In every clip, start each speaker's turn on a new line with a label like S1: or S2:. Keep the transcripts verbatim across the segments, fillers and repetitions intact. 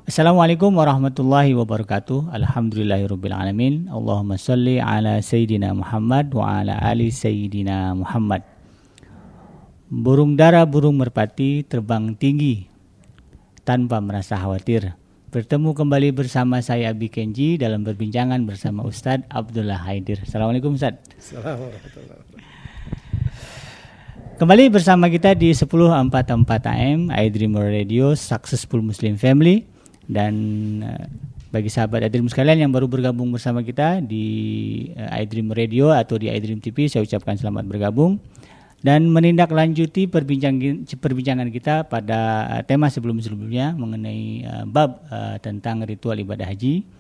S1: Assalamualaikum warahmatullahi wabarakatuh. Alhamdulillahirabbil alamin. Allahumma shalli ala sayyidina Muhammad wa ala ali sayyidina Muhammad. Burung dara burung merpati terbang tinggi tanpa merasa khawatir. Bertemu kembali bersama saya Abi Kenji dalam perbincangan bersama Ustadz Abdullah Haidir. Assalamualaikum Ustadz.
S2: Assalamualaikum.
S1: Kembali bersama kita di sepuluh empat puluh empat A M iDreamer Radio Successful Muslim Family. Dan uh, bagi sahabat iDream sekalian yang baru bergabung bersama kita di uh, iDream Radio atau di iDream T V, saya ucapkan selamat bergabung dan menindaklanjuti perbincangan perbincangan kita pada uh, tema sebelum-sebelumnya mengenai uh, bab uh, tentang ritual ibadah haji.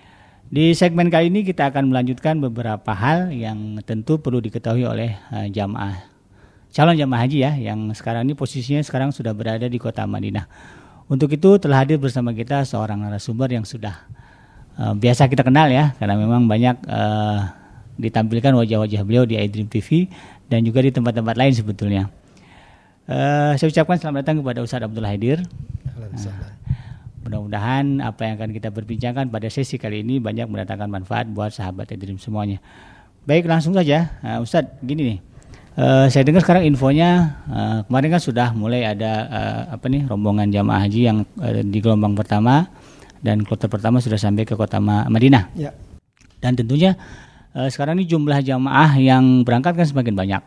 S1: Di segmen kali ini kita akan melanjutkan beberapa hal yang tentu perlu diketahui oleh uh, jamaah calon jamaah haji ya, yang sekarang ini posisinya sekarang sudah berada di kota Madinah. Untuk itu telah hadir bersama kita seorang narasumber yang sudah uh, biasa kita kenal ya, karena memang banyak uh, ditampilkan wajah-wajah beliau di iDream T V dan juga di tempat-tempat lain sebetulnya. Uh, saya ucapkan selamat datang kepada Ustadz Abdullah Haidir. Uh, mudah-mudahan apa yang akan kita perbincangkan pada sesi kali ini banyak mendatangkan manfaat buat sahabat iDream semuanya. Baik, langsung saja uh, Ustadz, gini nih. Uh, saya dengar sekarang infonya uh, kemarin kan sudah mulai ada uh, apa nih rombongan jamaah haji yang uh, di gelombang pertama dan kloter pertama sudah sampai ke kota Ma- Madinah. Ya. Dan tentunya uh, sekarang ini jumlah jamaah yang berangkat kan semakin banyak.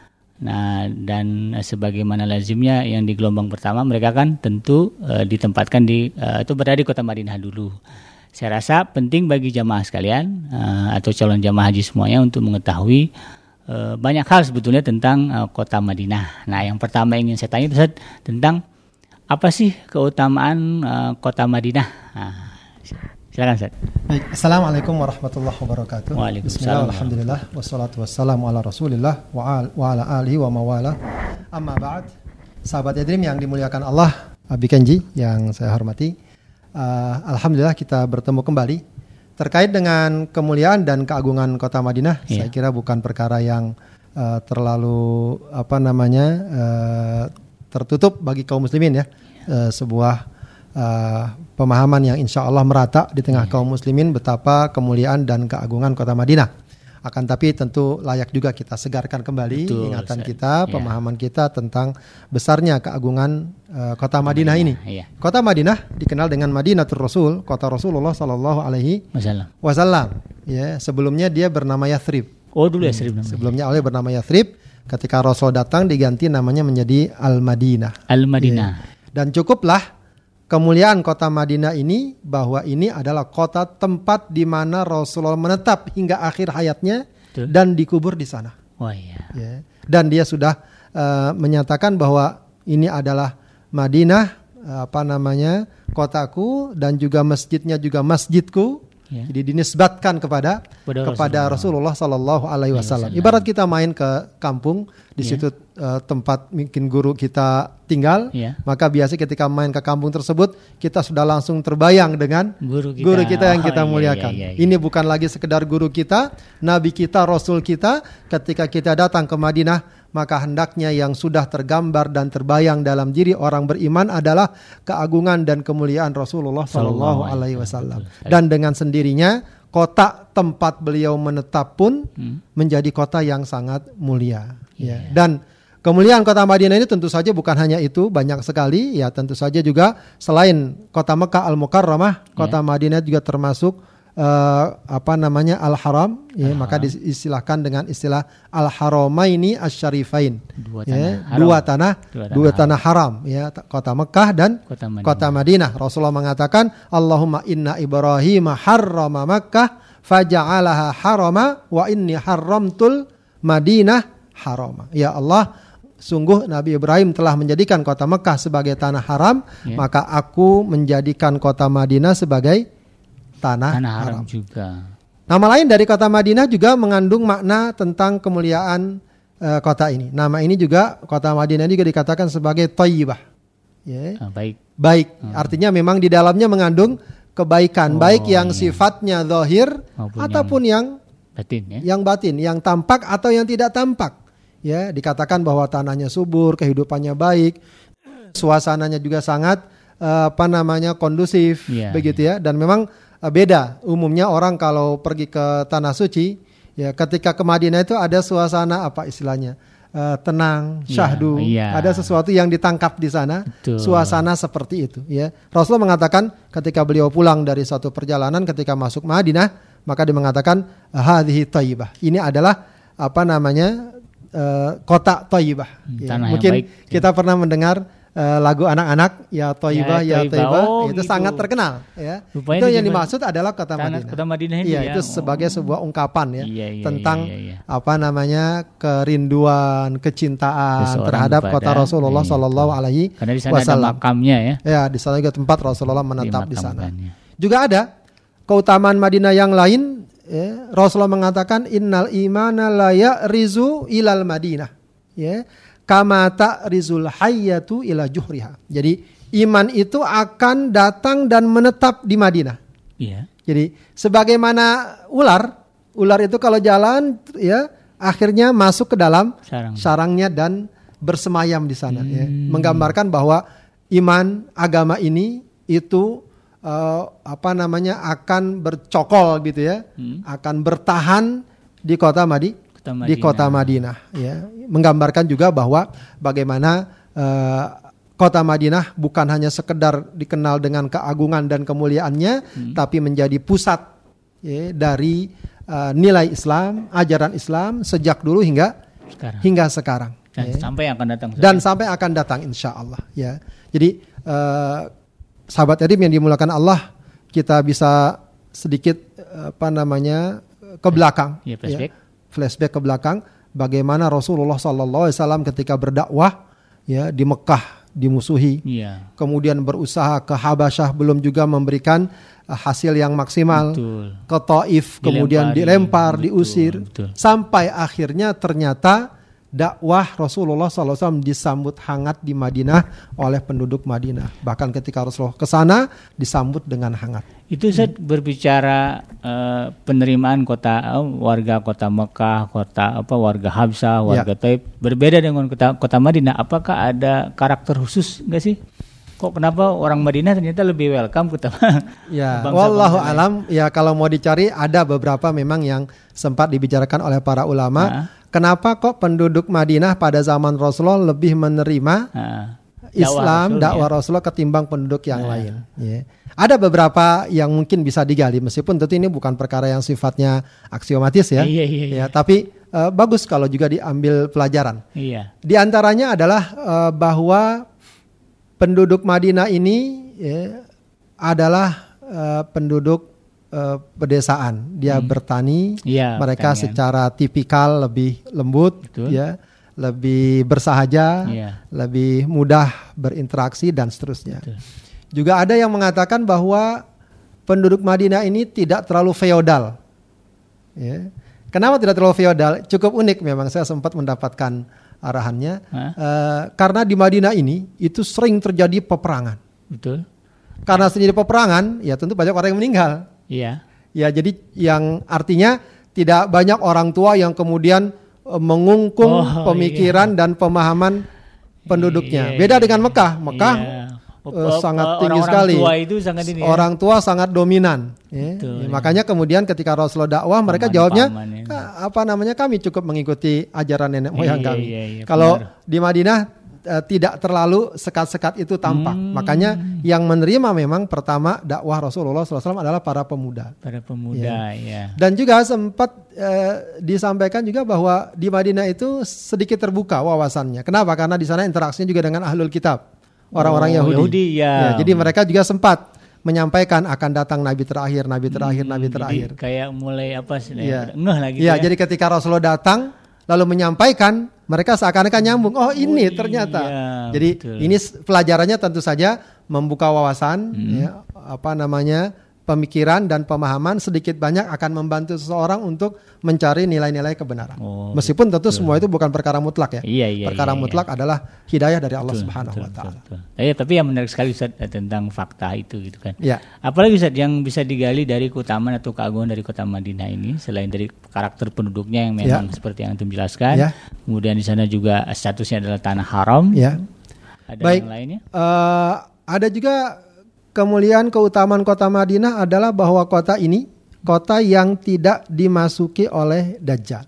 S1: Nah, dan uh, sebagaimana lazimnya yang di gelombang pertama mereka kan tentu uh, ditempatkan di uh, itu berada di kota Madinah dulu. Saya rasa penting bagi jamaah sekalian uh, atau calon jamaah haji semuanya untuk mengetahui Uh, banyak hal sebetulnya tentang uh, kota Madinah. Nah, yang pertama ingin saya tanya Ustaz tentang apa sih keutamaan uh, kota Madinah? Nah, silakan Ustaz.
S2: Baik, Assalamualaikum warahmatullahi wabarakatuh. Bismillah, alhamdulillah, wassalatu wassalamu ala rasulillah wa, al, wa ala alihi wa mawala. Amma ba'd, sahabat iDream yang dimuliakan Allah, Abi Kenji yang saya hormati, uh, alhamdulillah kita bertemu kembali. Terkait dengan kemuliaan dan keagungan kota Madinah, yeah. Saya kira bukan perkara yang uh, terlalu apa namanya uh, tertutup bagi kaum muslimin ya, yeah. uh, sebuah uh, pemahaman yang insya Allah merata di tengah yeah. kaum muslimin betapa kemuliaan dan keagungan kota Madinah. Akan tapi tentu layak juga kita segarkan kembali Betul, ingatan saya. kita, yeah. pemahaman kita tentang besarnya keagungan uh, kota Madinah, Madinah ini. Yeah. Kota Madinah dikenal dengan Madinatul Rasul, kota Rasulullah Sallallahu Alaihi Wasallam. Ya, sebelumnya dia bernama Yathrib.
S1: Oh dulu Yathrib.
S2: Hmm, sebelumnya awalnya bernama Yathrib. Ketika Rasul datang diganti namanya menjadi Al-Madinah.
S1: Al-Madinah.
S2: Ya. Dan cukuplah kemuliaan kota Madinah ini bahwa ini adalah kota tempat di mana Rasulullah menetap hingga akhir hayatnya Betul. dan dikubur di sana.
S1: Oh iya.
S2: Ya. Dan dia sudah uh, menyatakan bahwa ini adalah Madinah, uh, apa namanya, kotaku dan juga masjidnya juga masjidku. Ya. Jadi dinisbatkan kepada Pada kepada Rasulullah Sallallahu Alaihi Wasallam. Ibarat kita main ke kampung, di ya. situ uh, tempat mungkin guru kita tinggal, ya. maka biasa ketika main ke kampung tersebut kita sudah langsung terbayang dengan guru kita, guru kita yang kita oh, muliakan. Iya, iya, iya. Ini bukan lagi sekedar guru kita, Nabi kita, Rasul kita. Ketika kita datang ke Madinah, maka hendaknya yang sudah tergambar dan terbayang dalam diri orang beriman adalah keagungan dan kemuliaan Rasulullah Sallallahu Alaihi Wasallam. Dan dengan sendirinya kota tempat beliau menetap pun hmm. menjadi kota yang sangat mulia. Yeah. Ya. Dan kemuliaan kota Madinah ini tentu saja bukan hanya itu, banyak sekali. Ya, tentu saja juga selain kota Mekah Al-Mukarramah, kota yeah. Madinah juga termasuk Uh, apa namanya Al-Haram, ya, maka diistilahkan dengan istilah Al-Haramaini Asy-Syarifain, dua tanah, ya, dua tanah, dua tanah, dua tanah haram, ya, kota Mekah dan kota Madinah. kota Madinah. Rasulullah mengatakan, Allahumma inna Ibrahim harrama Makkah faja'alaha harama wa inni haramtul Madinah harama. Ya Allah, sungguh Nabi Ibrahim telah menjadikan kota Mekah sebagai tanah haram, ya. maka aku menjadikan kota Madinah sebagai Tanah, tanah haram. haram juga. Nama lain dari kota Madinah juga mengandung makna tentang kemuliaan uh, kota ini. Nama ini juga kota Madinah juga dikatakan sebagai Thayyibah. Yeah. Ah, baik. Baik. Ah. Artinya memang di dalamnya mengandung kebaikan, oh, baik yang iya. sifatnya zahir Maupun ataupun yang, yang batin, ya? yang batin, yang tampak atau yang tidak tampak. Ya, dikatakan bahwa tanahnya subur, kehidupannya baik, suasananya juga sangat uh, apa namanya kondusif, yeah, begitu yeah. ya. Dan memang uh, beda. Umumnya orang kalau pergi ke tanah suci, ya ketika ke Madinah itu ada suasana apa istilahnya uh, tenang, syahdu, yeah, yeah. ada sesuatu yang ditangkap di sana, betul. Suasana seperti itu. Ya, Rasulullah mengatakan ketika beliau pulang dari suatu perjalanan, ketika masuk Madinah, maka dia mengatakan hadhihi thayyibah. Ini adalah apa namanya uh, kota thayyibah. Ya, mungkin baik, kita ya. pernah mendengar uh, lagu anak-anak ya thayyibah ya, ya thayyibah oh, itu gitu. Sangat terkenal ya. Rupanya itu yang dimaksud adalah kota Madinah. Kota Madinah ini ya, ya. Itu oh. sebagai sebuah ungkapan ya iya, iya, tentang iya, iya. apa namanya kerinduan, kecintaan seseorang terhadap kota Rasulullah iya, sallallahu alaihi wasallam. Karena di sana ada makamnya ya. Ya, di sana juga tempat Rasulullah menetap di, di sana. Juga ada keutamaan Madinah yang lain. Ya, Rasulullah mengatakan innal imana la ya'rizu ilal Madinah ya kama ta'rizul hayyatu ila juhriha. Jadi iman itu akan datang dan menetap di Madinah. Iya. Jadi sebagaimana ular, ular itu kalau jalan ya akhirnya masuk ke dalam Sarang. sarangnya dan bersemayam di sana hmm. ya. Menggambarkan bahwa iman agama ini itu Uh, apa namanya akan bercokol gitu ya, hmm. akan bertahan di kota Madi, kota Madinah. di kota Madinah, ya, menggambarkan juga bahwa bagaimana uh, kota Madinah bukan hanya sekedar dikenal dengan keagungan dan kemuliaannya, hmm. tapi menjadi pusat ya, dari uh, nilai Islam, ajaran Islam sejak dulu hingga sekarang. hingga sekarang,
S1: dan ya. sampai akan datang,
S2: dan sampai akan datang, insya Allah, ya. Jadi uh, sahabat Edim yang dimulakan Allah, kita bisa sedikit apa namanya ke belakang, ya, flashback. Ya, flashback ke belakang, bagaimana Rasulullah Sallallahu Alaihi Wasallam ketika berdakwah, ya di Mekah dimusuhi, ya. kemudian berusaha ke Habasyah belum juga memberikan hasil yang maksimal, betul. ke Taif kemudian dilempar, betul, diusir, betul. sampai akhirnya ternyata dakwah Rasulullah sallallahu alaihi wasallam disambut hangat di Madinah oleh penduduk Madinah. Bahkan ketika Rasulullah ke sana disambut dengan hangat.
S1: Itu Ustaz hmm. berbicara uh, penerimaan kota uh, warga kota Mekah, kota apa warga Habsyah, warga ya. Taif berbeda dengan kota kota Madinah. Apakah ada karakter khusus enggak sih? Kok kenapa orang Madinah ternyata lebih welcome kota?
S2: Ya, wallahu alam. Ya kalau mau dicari ada beberapa memang yang sempat dibicarakan oleh para ulama. Nah. Kenapa kok penduduk Madinah pada zaman Rasulullah lebih menerima nah, Islam, dakwah Rasul, Rasulullah ketimbang penduduk yang nah. lain? Ya. Ada beberapa yang mungkin bisa digali, meskipun tentu ini bukan perkara yang sifatnya aksiomatis ya. Iya, iya, iya. Ya, tapi uh, bagus kalau juga diambil pelajaran. Iya. Di antaranya adalah uh, bahwa penduduk Madinah ini ya, adalah uh, penduduk Uh, pedesaan, dia hmm. bertani, ya, mereka pertanian. Secara tipikal lebih lembut, betul. ya, lebih bersahaja, ya. lebih mudah berinteraksi dan seterusnya. Betul. Juga ada yang mengatakan bahwa penduduk Madinah ini tidak terlalu feodal. Ya. Kenapa tidak terlalu feodal? Cukup unik memang, saya sempat mendapatkan arahannya, uh, karena di Madinah ini itu sering terjadi peperangan. Betul. Karena terjadi peperangan, ya tentu banyak orang yang meninggal. Iya. Ya, jadi yang artinya tidak banyak orang tua yang kemudian uh, mengungkung oh, pemikiran iya. dan pemahaman penduduknya. Iya, Beda iya. dengan Mekah. Mekah iya. uh, sangat tinggi orang sekali. Tua itu sangat ini, ya? Orang tua sangat dominan. Ya. Betul, ya. Makanya kemudian ketika Rasulullah dakwah, mereka paman, jawabnya paman, ya. apa namanya kami cukup mengikuti ajaran nenek moyang iya, kami. Iya, iya, Kalau benar. di Madinah Uh, tidak terlalu sekat-sekat itu tampak. Hmm. Makanya yang menerima memang pertama dakwah Rasulullah shallallahu alaihi wasallam adalah para pemuda. Para pemuda, ya. ya. Dan juga sempat uh, disampaikan juga bahwa di Madinah itu sedikit terbuka wawasannya. Kenapa? Karena di sana interaksinya juga dengan ahlul kitab, orang-orang oh, Yahudi. Yahudi ya. Ya, jadi mereka juga sempat menyampaikan akan datang Nabi terakhir, Nabi terakhir, hmm, Nabi terakhir.
S1: Kayak mulai apa sih? Ya. Ngeh lagi.
S2: Ya, ya, jadi ketika Rasulullah datang lalu menyampaikan, mereka seakan-akan nyambung. Oh ini oh, ternyata. Iya, Jadi betul. Ini pelajarannya tentu saja membuka wawasan, hmm. ya, apa namanya pemikiran dan pemahaman sedikit banyak akan membantu seseorang untuk mencari nilai-nilai kebenaran. Oh, Meskipun tentu betul. semua itu bukan perkara mutlak ya. Iya, iya, perkara iya, mutlak iya. adalah hidayah dari Allah betul, Subhanahu betul, Wa Taala. Eh, tapi yang menarik sekali Ustaz tentang fakta itu gitu kan. Ya. Apalagi Ustaz yang bisa digali dari keutamaan atau keagungan dari kota Madinah ini selain dari karakter penduduknya yang memang ya. seperti yang antum jelaskan. Ya. Kemudian di sana juga statusnya adalah tanah haram. Ya. Ada Baik.
S1: yang lainnya?
S2: Uh, ada juga kemuliaan keutamaan kota Madinah adalah bahwa kota ini kota yang tidak dimasuki oleh Dajjal.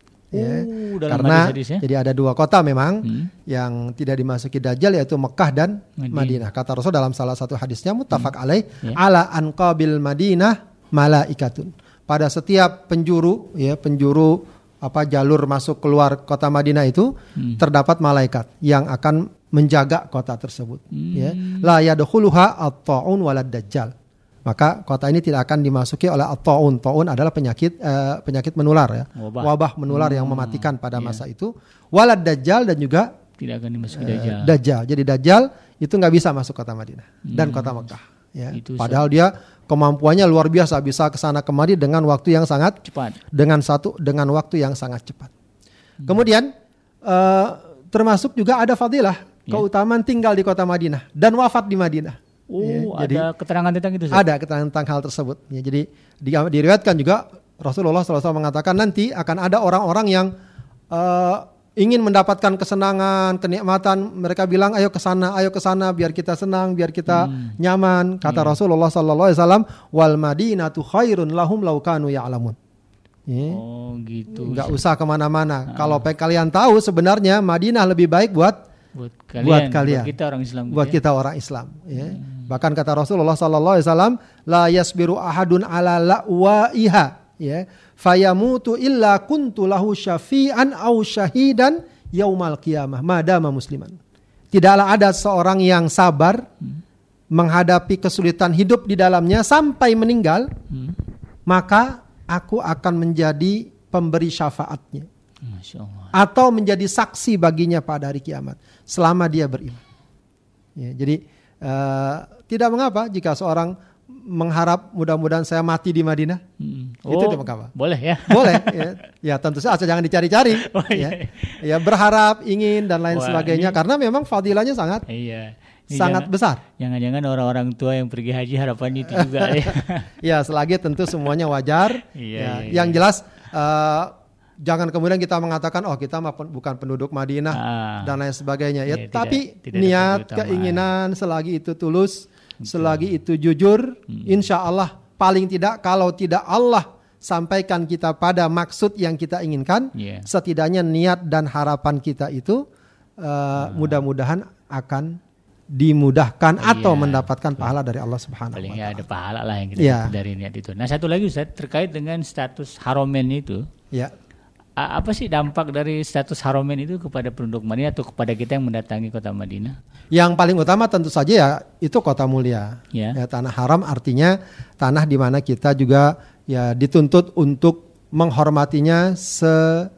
S2: Ya,
S1: oh, dalam
S2: karena
S1: hadis-hadis, ya?
S2: Jadi ada dua kota memang hmm. yang tidak dimasuki Dajjal, yaitu Mekah dan Madinah. Madinah. Kata Rasul dalam salah satu hadisnya muttafaq hmm. alaih, yeah. ala anqabil Madinah malaikatun. Pada setiap penjuru ya penjuru apa jalur masuk keluar kota Madinah itu hmm. terdapat malaikat yang akan menjaga kota tersebut. Hmm. Ya. La yadkhuluha at-ta'un walad dajjal. Maka kota ini tidak akan dimasuki oleh at-ta'un. Ta'un adalah penyakit uh, penyakit menular ya. Wabah, Wabah menular hmm. yang mematikan pada yeah. masa itu. Walad dajjal dan juga
S1: tidak akan dimasuki uh, dajjal.
S2: Dajjal. Jadi dajjal itu nggak bisa masuk kota Madinah hmm. dan kota Mekah. Ya. Padahal dia kemampuannya luar biasa, bisa kesana kemari dengan waktu yang sangat
S1: cepat.
S2: Dengan satu dengan waktu yang sangat cepat. Hmm. Kemudian uh, termasuk juga ada fadilah yeah. keutamaan tinggal di kota Madinah dan wafat di Madinah.
S1: Oh, ya, ada
S2: jadi,
S1: keterangan tentang itu? Zat?
S2: Ada keterangan tentang hal tersebut. Ya, jadi di, diriwayatkan juga Rasulullah shallallahu alaihi wasallam mengatakan nanti akan ada orang-orang yang uh, ingin mendapatkan kesenangan, kenikmatan. Mereka bilang, ayo ke sana, ayo ke sana, biar kita senang, biar kita hmm. nyaman. Kata hmm. Rasulullah shallallahu alaihi wasallam, wal Madinatu khairun lahum law kanu ya'lamun. Ya.
S1: Oh, gitu.
S2: Enggak usah kemana-mana. Ah. Kalau kalian tahu sebenarnya Madinah lebih baik buat
S1: buat kalian,
S2: buat, kalian.
S1: buat kita orang Islam.
S2: Buat
S1: gitu ya?
S2: kita orang Islam. Ya. Hmm. Bahkan kata Rasulullah sallallahu alaihi wasallam, la yasbiru ahadun ala la'waiha, ya. Fayamutu illa kuntu lahu syafi'an au syahidan yaumal qiyamah madama musliman. Tidaklah ada seorang yang sabar hmm. menghadapi kesulitan hidup di dalamnya sampai meninggal, hmm. maka aku akan menjadi pemberi syafaatnya. Masya Allah. Atau menjadi saksi baginya pada hari kiamat selama dia beriman. Ya, jadi Uh, tidak mengapa jika seorang mengharap mudah-mudahan saya mati di Madinah. Hmm. Oh, itu tidak mengapa.
S1: Boleh ya?
S2: Boleh. Ya, ya tentu saja jangan dicari-cari. Oh, iya. ya. ya berharap, ingin dan lain Wah, sebagainya. Ini, karena memang fadilahnya sangat,
S1: iya.
S2: sangat
S1: jangan,
S2: besar.
S1: Jangan-jangan orang-orang tua yang pergi haji harapannya itu juga. ya.
S2: ya selagi tentu semuanya wajar.
S1: iya,
S2: ya,
S1: iya,
S2: yang
S1: iya.
S2: jelas. Uh, Jangan kemudian kita mengatakan oh kita bukan penduduk Madinah ah, dan lain sebagainya ya, ya tapi tidak, tidak niat keinginan selagi itu tulus, betul. Selagi itu jujur, hmm. insya Allah paling tidak kalau tidak Allah sampaikan kita pada maksud yang kita inginkan, yeah. setidaknya niat dan harapan kita itu uh, ah. mudah-mudahan akan dimudahkan oh, atau iya. mendapatkan pahala dari Allah Subhanahu wa taala.
S1: Paling ada pahala lah yang kita
S2: ya.
S1: dari niat itu. Nah satu lagi Ustaz terkait dengan status haromen itu.
S2: Ya.
S1: Apa sih dampak dari status haromen itu kepada penduduk Madinah atau kepada kita yang mendatangi kota Madinah?
S2: Yang paling utama tentu saja ya itu kota mulia. Ya. Ya, tanah haram artinya tanah di mana kita juga ya dituntut untuk menghormatinya se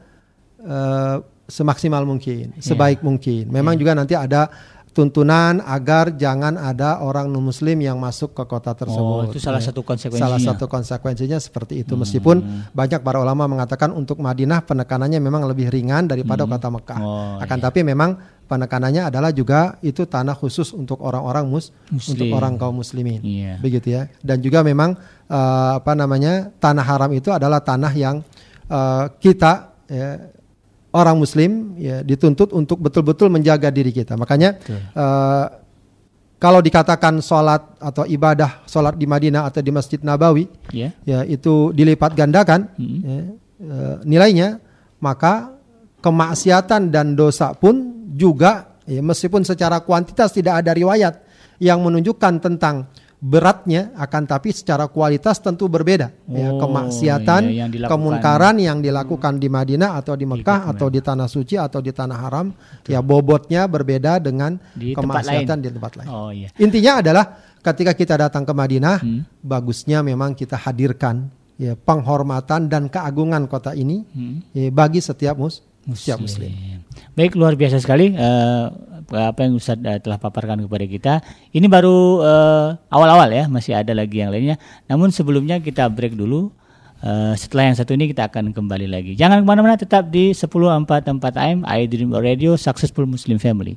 S2: uh, semaksimal mungkin, sebaik ya. mungkin. Memang ya. juga nanti ada tuntunan agar jangan ada orang non-muslim yang masuk ke kota tersebut.
S1: Oh, itu salah
S2: ya.
S1: satu konsekuensinya.
S2: Salah satu konsekuensinya seperti itu. Hmm. Meskipun banyak para ulama mengatakan untuk Madinah penekanannya memang lebih ringan daripada hmm. kota Mekah. Oh, Akan iya. tapi memang penekanannya adalah juga itu tanah khusus untuk orang-orang mus, Muslim. untuk orang kaum muslimin. Yeah. Begitu ya. Dan juga memang uh, apa namanya tanah haram itu adalah tanah yang uh, kita ya, orang Muslim ya dituntut untuk betul-betul menjaga diri kita. Makanya uh, kalau dikatakan sholat atau ibadah sholat di Madinah atau di Masjid Nabawi, yeah. ya itu dilipat gandakan mm-hmm. ya, uh, nilainya, maka kemaksiatan dan dosa pun juga ya, meskipun secara kuantitas tidak ada riwayat yang menunjukkan tentang beratnya, akan tapi secara kualitas tentu berbeda. Oh, ya, kemaksiatan, iya, yang kemunkaran yang dilakukan di Madinah atau di Mekah atau di tanah suci atau di tanah haram, betul. ya bobotnya berbeda dengan di kemaksiatan tempat di tempat lain. Oh, iya. Intinya adalah ketika kita datang ke Madinah, hmm. bagusnya memang kita hadirkan ya penghormatan dan keagungan kota ini hmm. ya, bagi setiap mus, muslim. setiap muslim.
S1: Baik, luar biasa sekali. Uh, apa yang Ustaz uh, telah paparkan kepada kita. Ini baru uh, awal-awal ya, masih ada lagi yang lainnya. Namun sebelumnya kita break dulu. Uh, setelah yang satu ini kita akan kembali lagi. Jangan kemana-mana, tetap di sepuluh empat puluh empat A M iDream Radio, Successful Muslim Family.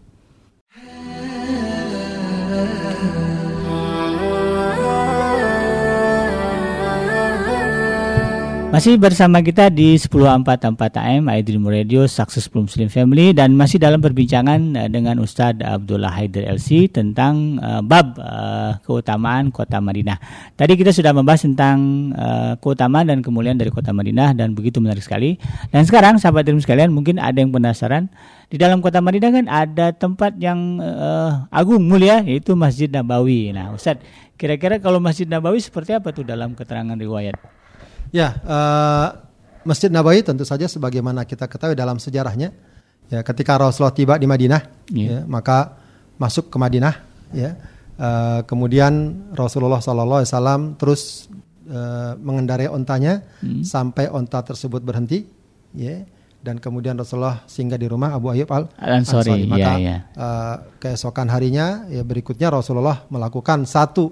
S1: Masih bersama kita di sepuluh empat puluh empat A M iDream Radio Successful Muslim Family, dan masih dalam perbincangan uh, dengan Ustadz Abdullah Haidar L C tentang uh, bab uh, keutamaan kota Madinah. Tadi kita sudah membahas tentang uh, keutamaan dan kemuliaan dari kota Madinah, dan begitu menarik sekali. Dan sekarang sahabat iDream sekalian, mungkin ada yang penasaran, di dalam kota Madinah kan ada tempat yang uh, agung mulia, yaitu Masjid Nabawi. Nah Ustadz, kira-kira kalau Masjid Nabawi seperti apa tuh dalam keterangan riwayat?
S2: Ya, uh, Masjid Nabawi tentu saja sebagaimana kita ketahui dalam sejarahnya, ya, ketika Rasulullah tiba di Madinah, yeah. ya, maka masuk ke Madinah, ya, uh, kemudian Rasulullah Sallallahu Alaihi Wasallam terus uh, mengendarai ontanya hmm. sampai onta tersebut berhenti, ya, dan kemudian Rasulullah singgah di rumah Abu Ayyub Al-Ansari. Maka yeah, yeah. Uh, keesokan harinya, ya, berikutnya Rasulullah melakukan satu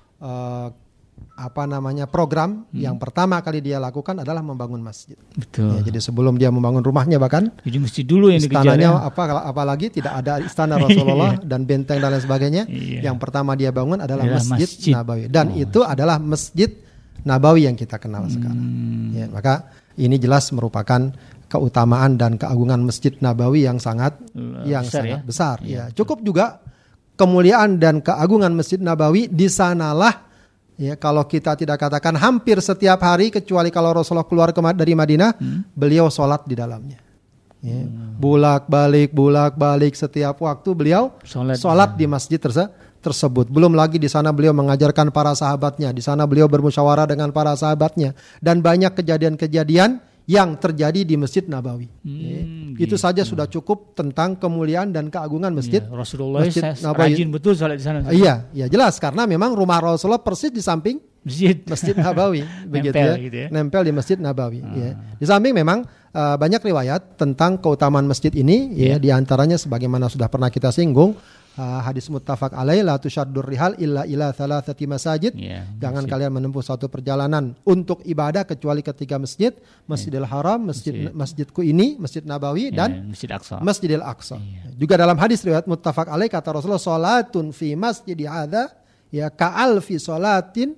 S2: uh, apa namanya program hmm. yang pertama kali dia lakukan adalah membangun masjid.
S1: Betul.
S2: Ya, jadi sebelum dia membangun rumahnya, bahkan
S1: jadi masjid dulu yang
S2: istananya apa apalagi tidak ada istana Rasulullah dan benteng dan lain sebagainya.
S1: Iya.
S2: Yang pertama dia bangun adalah, adalah masjid, masjid Nabawi, dan oh. itu adalah Masjid Nabawi yang kita kenal hmm. sekarang. Ya, maka ini jelas merupakan keutamaan dan keagungan Masjid Nabawi yang sangat uh, yang besar, sangat ya? besar. Ya, ya. Cukup juga kemuliaan dan keagungan Masjid Nabawi di sanalah. Ya, kalau kita tidak katakan hampir setiap hari, kecuali kalau Rasulullah keluar ke, dari Madinah, hmm. beliau sholat di dalamnya. Ya, hmm. Bulak balik, bulak balik setiap waktu beliau sholat, sholat di masjid terse- tersebut. Belum lagi di sana beliau mengajarkan para sahabatnya, di sana beliau bermusyawarah dengan para sahabatnya, dan banyak kejadian-kejadian yang terjadi di Masjid Nabawi. Hmm, ya, gitu. Itu saja sudah cukup tentang kemuliaan dan keagungan masjid.
S1: Ya, Rasulullah
S2: Masjid
S1: Nabawi rajin betul sholat di sana.
S2: Iya, ya jelas karena memang rumah Rasulullah persis di samping Masjid, masjid Nabawi, begitu
S1: nempel,
S2: ya.
S1: Gitu ya, nempel
S2: di Masjid Nabawi. Hmm. Ya. Di samping memang uh, banyak riwayat tentang keutamaan masjid ini, yeah. ya, diantaranya sebagaimana sudah pernah kita singgung. Uh, hadis muttafaq alaih, la tusyaddur rihal illa ila thalathati masajid. Yeah, Jangan masjid. kalian menempuh suatu perjalanan untuk ibadah kecuali ketiga masjid, Masjidil yeah. Haram, masjid, masjid masjidku ini, Masjid Nabawi, yeah, dan Masjid Aqsa. Masjidil Aqsa. Yeah. Juga dalam hadis riwayat muttafaq alaih kata Rasulullah, salatun fi masjidi hadza ya ka'al fi salatin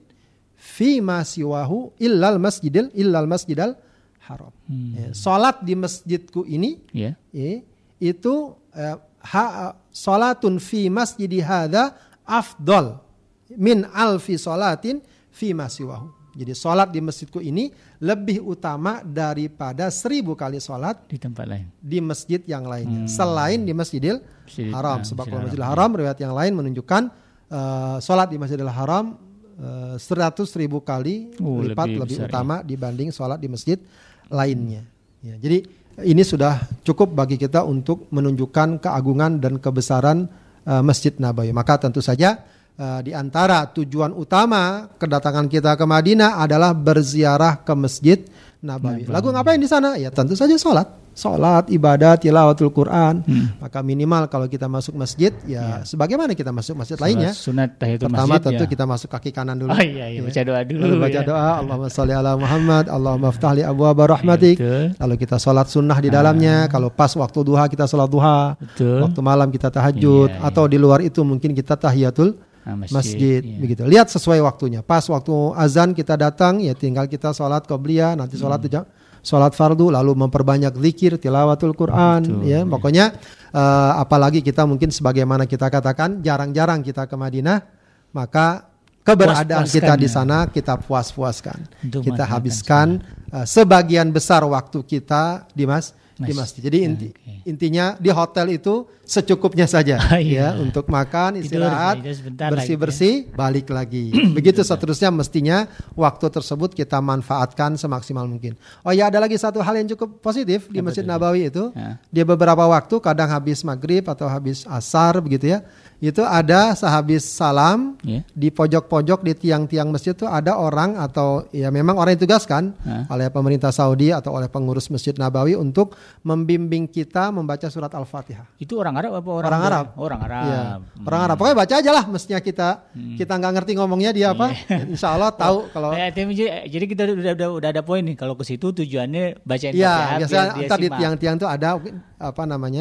S2: fi ma siwahu illal masjidil illal masjidal haram. Hmm. Ya, salat di masjidku ini, yeah. ya, itu uh, Ha, salatun fi masjidi hadza afdal min alfi salatin fi masiwahu. Jadi salat di masjidku ini lebih utama daripada seribu kali salat
S1: di tempat lain, di
S2: masjid yang lainnya, hmm. selain di Masjidil Masjid, Haram.
S1: Nah,
S2: Sebab kalau Masjidil Haram, riwayat yang lain menunjukkan uh, salat di Masjidil Haram uh, seratus ribu kali uh, lipat lebih, lebih besar, utama ya. dibanding salat di masjid lainnya. Ya, jadi ini sudah cukup bagi kita untuk menunjukkan keagungan dan kebesaran uh, Masjid Nabawi. Maka tentu saja uh, di antara tujuan utama kedatangan kita ke Madinah adalah berziarah ke Masjid Nabawi. Lalu ngapain di sana? Ya tentu saja sholat. Sholat, ibadat, tilawatul Quran. Hmm. Maka minimal kalau kita masuk masjid, ya, ya. sebagaimana kita masuk masjid sholat lainnya.
S1: Sunat tahiyatul
S2: Pertama
S1: masjid,
S2: tentu
S1: ya.
S2: kita masuk kaki kanan dulu.
S1: Oh iya, iya. Ya. Baca doa dulu.
S2: Lalu baca
S1: ya.
S2: doa, Allahumma sholli ala Muhammad, Allahumma aftah li abwaaba rahmatik. Ya, lalu kita sholat sunnah di dalamnya. Ah. Kalau pas waktu duha kita sholat duha. Betul. Waktu malam kita tahajud. Ya, atau ya. di luar itu mungkin kita tahiyatul Nah, masjid, masjid iya. begitu. Lihat sesuai waktunya. Pas waktu azan kita datang, ya tinggal kita sholat qobliyah, nanti sholat hmm. sholat fardu, lalu memperbanyak zikir, tilawatul Quran. Betul, ya, iya. Pokoknya uh, apalagi kita mungkin sebagaimana kita katakan jarang-jarang kita ke Madinah, maka keberadaan kita di sana kita puas-puaskan. Untuk kita habiskan uh, sebagian besar waktu kita di mas di masjid. Jadi inti, okay. intinya di hotel itu secukupnya saja, oh, iya. ya, untuk makan, istirahat, bersih-bersih, ya. balik lagi. Begitu seterusnya, mestinya waktu tersebut kita manfaatkan semaksimal mungkin. Oh ya, ada lagi satu hal yang cukup positif di Masjid Nabawi itu. Ya. Dia beberapa waktu, kadang habis maghrib atau habis asar begitu ya. Itu ada sehabis salam yeah. di pojok-pojok di tiang-tiang masjid itu ada orang atau ya memang orang yang ditugaskan huh? oleh pemerintah Saudi atau oleh pengurus Masjid Nabawi untuk membimbing kita membaca surat Al-Fatihah.
S1: Itu orang Arab apa orang
S2: Orang Arab.
S1: Oh, orang Arab.
S2: Ya, hmm. Orang Arab. Pokoknya baca aja lah, mestinya kita hmm. kita nggak ngerti ngomongnya dia apa. Yeah. Insya Allah tahu oh, kalau.
S1: Ya, jadi kita udah, udah udah ada poin nih, kalau ke situ tujuannya bacain
S2: Fatihah.
S1: Iya,
S2: biasanya ntar di tiang-tiang tuh ada apa namanya?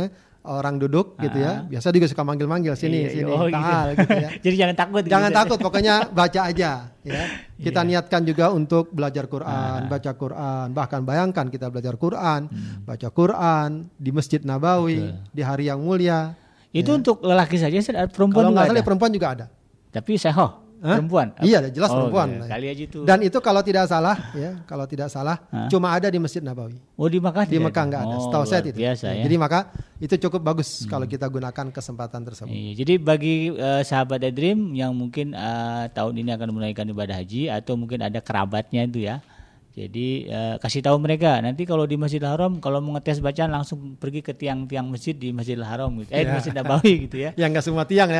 S2: orang duduk gitu ya.
S1: Ah.
S2: Biasa juga suka manggil-manggil sini
S1: Iya,
S2: sini
S1: oh,
S2: ta'al
S1: gitu.
S2: gitu ya.
S1: Jadi jangan takut.
S2: Jangan
S1: gitu.
S2: takut, pokoknya baca aja ya. Kita
S1: Iya.
S2: niatkan juga untuk belajar Quran,
S1: Ah.
S2: baca Quran. Bahkan bayangkan kita belajar Quran,
S1: Hmm.
S2: baca Quran di Masjid Nabawi
S1: Betul.
S2: di hari yang mulia.
S1: Itu untuk lelaki saja, Ustaz, perempuan
S2: Kalau
S1: juga
S2: nggak salah
S1: ada.
S2: perempuan juga ada.
S1: Tapi sehoh,
S2: Hah?
S1: perempuan.
S2: Iya, jelas
S1: Oh,
S2: perempuan.
S1: kali aja itu.
S2: Dan itu kalau tidak salah ya, kalau tidak salah
S1: Hah?
S2: cuma ada di Masjid Nabawi.
S1: Oh, di Makkah
S2: Di
S1: tidak
S2: Mekah nggak ada.
S1: Oh,
S2: Setahu saya
S1: luar
S2: tidak.
S1: biasa ya.
S2: Jadi maka itu cukup bagus kalau kita gunakan kesempatan tersebut.
S1: Iya, jadi bagi eh, sahabat iDream yang mungkin eh, tahun ini akan menunaikan ibadah haji atau mungkin ada kerabatnya itu ya. Jadi eh, kasih tahu mereka nanti kalau di Masjidil Haram kalau mau ngetes bacaan langsung pergi ke tiang-tiang masjid di Masjidil Haram gitu. Eh di
S2: Ya.
S1: Masjid Nabawi gitu ya.
S2: Yang nggak semua tiang ya.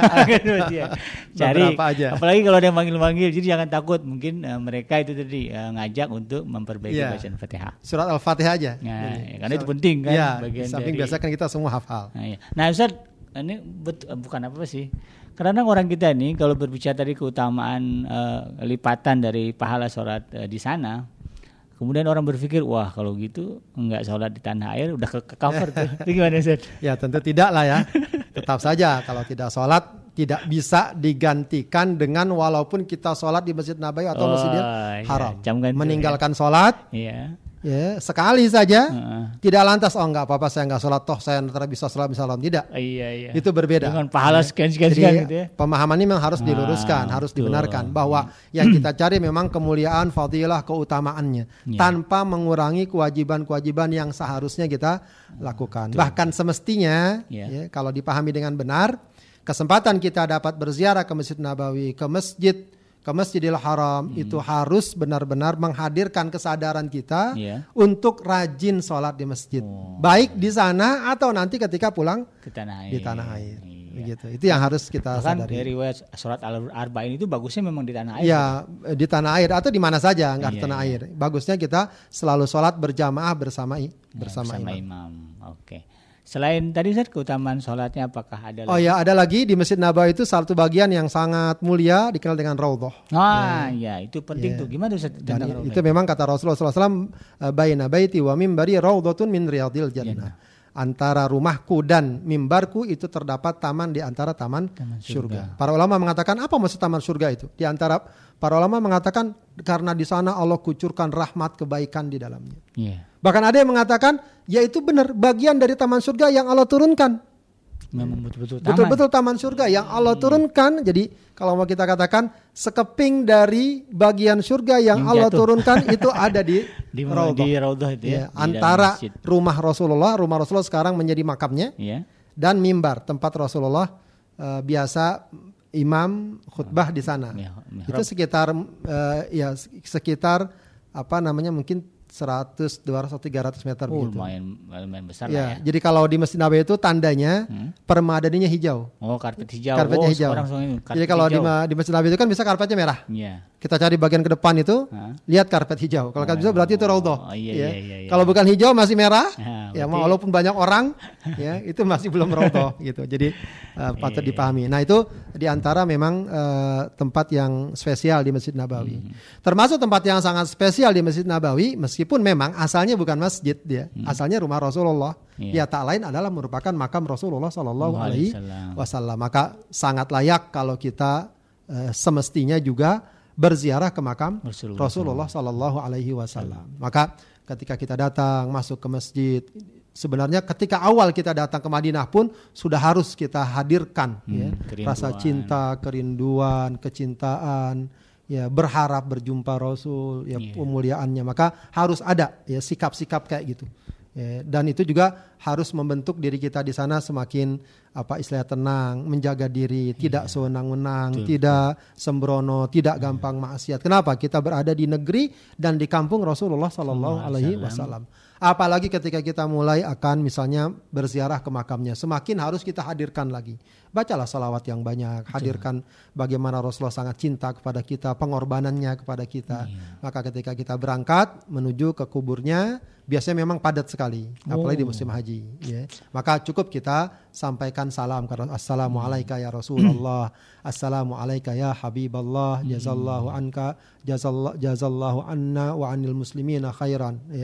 S1: Cari
S2: Beberapa aja.
S1: apalagi kalau ada yang manggil-manggil jadi jangan takut mungkin eh, mereka itu tadi eh, ngajak untuk memperbaiki
S2: Iya.
S1: bacaan Fatihah.
S2: Surat Al-Fatihah aja.
S1: Nah,
S2: Jadi,
S1: ya, karena itu penting kan
S2: Iya,
S1: bagian
S2: di samping
S1: dari
S2: biasa kan kita semua hafal.
S1: Nah, iya. Nah Ustaz, ini bet- bukan apa sih? Karena orang kita ini kalau berbicara tadi keutamaan eh, lipatan dari pahala sholat eh, di sana, kemudian orang berpikir, wah kalau gitu enggak sholat di tanah air udah ke, ke cover tuh. Itu gimana Ustaz?
S2: Ya tentu tidak lah ya. Tetap saja kalau tidak sholat tidak bisa digantikan dengan walaupun kita sholat di Masjid Nabawi atau
S1: Oh,
S2: Masjidil
S1: iya.
S2: Haram.
S1: Jam ganti,
S2: Meninggalkan sholat
S1: Iya.
S2: ya sekali saja,
S1: Heeh.
S2: tidak lantas oh nggak apa-apa saya nggak sholat toh saya nanti bisa sholat bisa sholat, tidak.
S1: Iya, iya.
S2: Itu berbeda.
S1: Dengan pahala sekian-sekian
S2: Jadi
S1: sekian gitu ya.
S2: pemahaman ini memang harus
S1: Ah,
S2: diluruskan, harus
S1: betul.
S2: dibenarkan bahwa yang kita cari memang kemuliaan, fadilah, keutamaannya
S1: Ya.
S2: tanpa mengurangi kewajiban-kewajiban yang seharusnya kita lakukan. Bahkan semestinya
S1: Ya.
S2: ya, kalau dipahami dengan benar, kesempatan kita dapat berziarah ke Masjid Nabawi, ke masjid, ke Masjidil Haram
S1: Hmm.
S2: itu harus benar-benar menghadirkan kesadaran kita
S1: Ya.
S2: untuk rajin sholat di masjid,
S1: Oh.
S2: baik di sana atau nanti ketika pulang
S1: Ke tanah air.
S2: di tanah air.
S1: Iya.
S2: Begitu. Itu yang harus kita
S1: Bahkan
S2: sadari.
S1: dari riwayat surat Al-Arba'in itu bagusnya memang di tanah air.
S2: Ya, di tanah air atau di mana saja, nggak di
S1: Iya,
S2: tanah
S1: iya.
S2: air. Bagusnya kita selalu sholat berjamaah bersama i-
S1: Ya,
S2: bersama,
S1: bersama
S2: imam.
S1: imam. Oke. Selain tadi Ustaz keutamaan sholatnya apakah ada
S2: Oh
S1: lagi?
S2: ya, ada lagi di Masjid Nabawi itu satu bagian yang sangat mulia dikenal dengan Raudhah.
S1: Ah, ya itu penting
S2: Ya.
S1: tuh. Gimana Ustaz
S2: Dan
S1: tentang
S2: i-
S1: Raudhah?
S2: itu memang kata Rasulullah shallallahu alaihi wasallam, baina baiti wa mimbari raudhatun min riyadil jannah. Antara rumahku dan mimbarku itu terdapat taman di antara taman,
S1: Taman
S2: surga.
S1: surga.
S2: Para ulama mengatakan apa maksud taman surga itu? Di antara para ulama mengatakan karena di sana Allah kucurkan rahmat kebaikan di dalamnya.
S1: Iya.
S2: Bahkan ada yang mengatakan ya itu benar bagian dari taman surga yang Allah turunkan.
S1: Memang betul-betul taman.
S2: Betul-betul taman surga yang Allah turunkan. Jadi kalau mau kita katakan sekeping dari bagian surga yang
S1: Yang
S2: Allah
S1: jatuh.
S2: turunkan itu ada di
S1: di
S2: Raudhah.
S1: di Raudhah itu ya.
S2: Ya,
S1: di dalam
S2: antara
S1: masjid.
S2: rumah Rasulullah, rumah Rasulullah sekarang menjadi makamnya,
S1: Iya.
S2: dan mimbar tempat Rasulullah eh, biasa imam khutbah di sana.
S1: Ya, mihrab.
S2: Itu sekitar eh, ya sekitar apa namanya mungkin seratus, dua ratus, tiga ratus meter
S1: Oh,
S2: begitu.
S1: lumayan lumayan besar
S2: Ya,
S1: lah ya.
S2: jadi kalau di Masjid Nabawi itu tandanya
S1: Hmm.
S2: permadaninya hijau.
S1: Oh, karpet hijau.
S2: Karpetnya
S1: oh,
S2: hijau.
S1: sekarang soalnya karpet
S2: Jadi kalau di,
S1: hijau.
S2: ma- di Masjid Nabawi itu kan bisa karpetnya merah.
S1: Iya.
S2: Kita cari bagian ke depan itu,
S1: Hah?
S2: lihat karpet hijau. Kalau karpet hijau berarti itu Raudhah.
S1: Oh, iya,
S2: ya.
S1: iya, iya, iya.
S2: Kalau bukan hijau masih merah,
S1: Ya,
S2: ya
S1: berarti-
S2: walaupun banyak orang, ya itu masih belum Raudhah gitu. Jadi uh, patut
S1: Iya, iya.
S2: dipahami. Nah itu diantara memang uh, tempat yang spesial di Masjid Nabawi.
S1: Hmm.
S2: Termasuk tempat yang sangat spesial di Masjid Nabawi, meskipun memang asalnya bukan masjid dia,
S1: Hmm.
S2: asalnya rumah Rasulullah.
S1: Iya.
S2: Ya tak lain adalah merupakan makam Rasulullah Shallallahu Alaihi
S1: Waalaikumsalam.
S2: Wasallam. Maka sangat layak kalau kita uh, semestinya juga berziarah ke makam
S1: Rasulullah.
S2: Rasulullah Sallallahu Alaihi Wasallam. Maka ketika kita datang masuk ke masjid, sebenarnya ketika awal kita datang ke Madinah pun sudah harus kita hadirkan
S1: Hmm,
S2: ya,
S1: kerinduan.
S2: rasa cinta, kerinduan, kecintaan, ya berharap berjumpa Rasul, ya
S1: Iya.
S2: pemuliaannya. Maka harus ada ya sikap-sikap kayak gitu. Ya, dan itu juga harus membentuk diri kita di sana semakin apa istilahnya tenang, menjaga diri, tidak sewenang-wenang,
S1: Betul,
S2: tidak sembrono, tidak gampang maksiat. Kenapa? Kita berada di negeri dan di kampung Rasulullah Sallallahu Alaihi Wasallam. Apalagi ketika kita mulai akan misalnya berziarah ke makamnya, semakin harus kita hadirkan lagi. Bacalah salawat yang banyak, hadirkan bagaimana Rasulullah sangat cinta kepada kita, pengorbanannya kepada kita. Maka ketika kita berangkat menuju ke kuburnya, biasanya memang padat sekali, apalagi di musim haji. Ya. Maka cukup kita sampaikan salam karena assalamualaikum ya Rasulullah, assalamualaikum ya Habiballah, jazallahu anka, jazallahu, jazallahu anna wa anil muslimina khairan. Ya.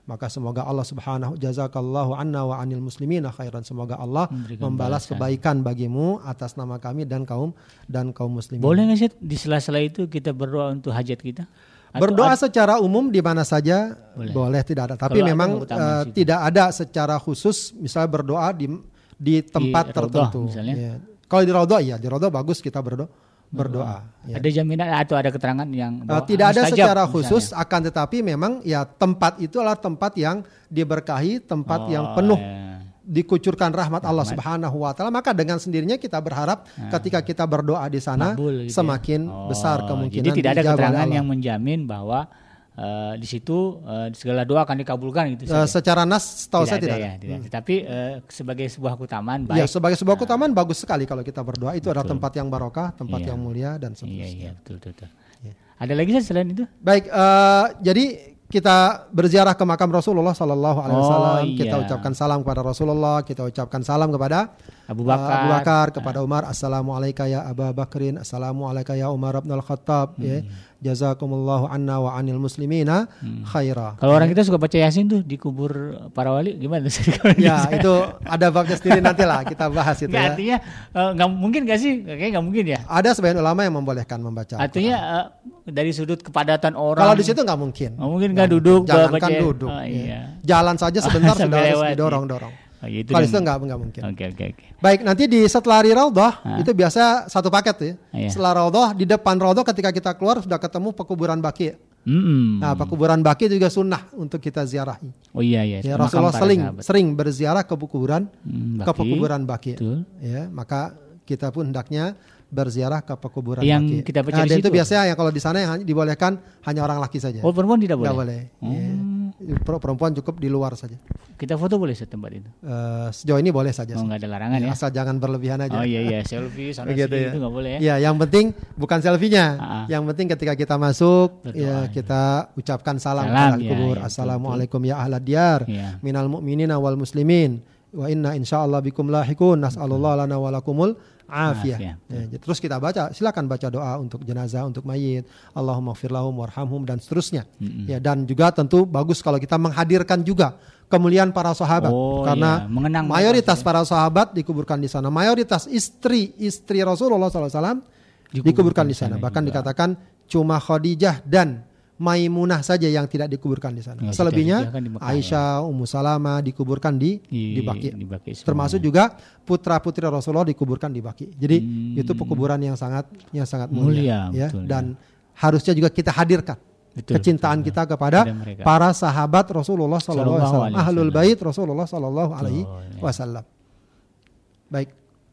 S2: Maka semoga Allah Subhanahu jazakallahu anna wa anil muslimina khairan. Semoga Allah memberikan membalas balasan. Kebaikan bagimu atas nama kami dan kaum dan kaum muslimin.
S1: Boleh nggak sih di sela-sela itu kita berdoa untuk hajat kita? Atau
S2: berdoa
S1: ad-
S2: secara umum di mana saja boleh, boleh tidak ada. Tapi kalau memang uh, tidak ada secara khusus misalnya berdoa di di tempat di tertentu. Ya. Kalau di raudhah iya, di raudhah bagus kita berdoa. berdoa. Ya.
S1: Ada jaminan atau ada keterangan yang
S2: uh, tidak ada secara khusus, misalnya. Akan tetapi memang ya tempat itu adalah tempat yang diberkahi, tempat oh, yang penuh ya. Dikucurkan rahmat, rahmat Allah Subhanahu wa taala, maka dengan sendirinya kita berharap nah. ketika kita berdoa di sana Mabul, gitu semakin ya? oh, besar kemungkinan.
S1: Jadi tidak ada keterangan yang menjamin bahwa Uh, di situ uh, segala doa akan dikabulkan gitu.
S2: Uh, secara nas tahu saya tidak.
S1: Ya, tidak. Hmm. Tapi uh, sebagai sebuah keutamaan baik.
S2: Ya, sebagai sebuah keutamaan nah. bagus sekali kalau kita berdoa. Itu betul. Adalah tempat yang barokah, tempat iya. yang mulia dan seterusnya.
S1: Iya, iya, betul, betul. Ya. Ada lagi selain itu?
S2: Baik, uh, jadi kita berziarah ke makam Rasulullah Sallallahu Alaihi Wasallam.
S1: Oh, iya.
S2: Kita ucapkan salam kepada Rasulullah. Kita ucapkan salam kepada
S1: Abu Bakar, uh,
S2: Abu Bakar kepada Umar. Assalamualaikum ya Abu Bakrin. Assalamualaikum ya Umar bin Al-Khattab. Hmm. Ya. Jazakumullahu anna wa anil muslimina hmm. khaira.
S1: Kalau orang kita suka baca Yasin tuh di kubur para wali gimana?
S2: Ya itu ada babnya sendiri, nanti lah kita bahas itu. Nggak, ya.
S1: Artinya nggak uh, mungkin nggak sih? Kayaknya nggak mungkin ya.
S2: Ada sebagian ulama yang membolehkan membaca.
S1: Artinya uh, dari sudut kepadatan orang.
S2: Kalau di situ nggak mungkin.
S1: Nggak mungkin nggak duduk.
S2: Jangankan duduk. Oh, iya. Ya. Jalan saja sebentar sudah harus didorong-dorong.
S1: Oh, ya,
S2: kalau itu nggak nggak mungkin.
S1: Oke okay, oke okay, oke. Okay.
S2: Baik, nanti di setelah di raudhah itu biasa satu paket ya. Ah, iya. Setelah raudhah, di depan raudhah ketika kita keluar sudah ketemu pekuburan Baqi. Mm-hmm. Nah, pekuburan Baqi juga sunnah untuk kita ziarahi.
S1: Oh iya iya.
S2: Ya, Rasulullah sering sering berziarah ke pekuburan mm, ke pekuburan Baqi. Ya, maka kita pun hendaknya berziarah ke pekuburan
S1: yang
S2: Baqi.
S1: Kita baca
S2: nah,
S1: di
S2: dan
S1: situ.
S2: Itu biasanya yang kalau di sana yang dibolehkan hanya orang laki saja.
S1: Oh, perempuan tidak boleh.
S2: Tidak boleh. Hmm. Ya. Perempuan cukup di luar saja.
S1: Kita foto boleh setempat itu?
S2: Uh, sejauh ini boleh saja.
S1: Oh, nggak ada larangan ya, ya?
S2: Asal jangan berlebihan aja.
S1: Oh iya iya, selfie sana
S2: gitu
S1: sini
S2: ya.
S1: itu nggak boleh ya?
S2: Ya, yang penting bukan selfie-nya. Uh-huh. Yang penting ketika kita masuk, berdoa, ya kita ya. ucapkan salam, salam kepada ya, kubur. Ya, Assalamualaikum betul. Ya ahlad diyar, ya. minal mu'minina wal muslimin. Wa inna insyaallah bikum lahiqun. Nas'alullah lana wa lakumul afiyah. Ya, terus kita baca, silakan baca doa untuk jenazah, untuk mayit. Allahumma ighfir lahum warhamhum dan seterusnya. Mm-hmm. Ya, dan juga tentu bagus kalau kita menghadirkan juga kemuliaan para sahabat,
S1: oh,
S2: karena
S1: iya.
S2: mayoritas para sahabat dikuburkan di sana. Mayoritas istri-istri Rasulullah shallallahu alaihi wasallam dikuburkan, dikuburkan di sana. Bahkan juga dikatakan cuma Khadijah dan Maimunah saja yang tidak dikuburkan di sana. Ya, selebihnya kan Aisyah, Ummu Salamah dikuburkan di di, di Baqi. Di Baqi termasuk juga putra-putri Rasulullah dikuburkan di Baqi. Jadi hmm. itu pekuburan yang sangat yang sangat mulia, mulia ya. Betul, dan ya. harusnya juga kita hadirkan betul, kecintaan betul, kita kepada para sahabat Rasulullah sallallahu alaihi wasallam, ahlul bait Rasulullah sallallahu alaihi wasallam. Baik.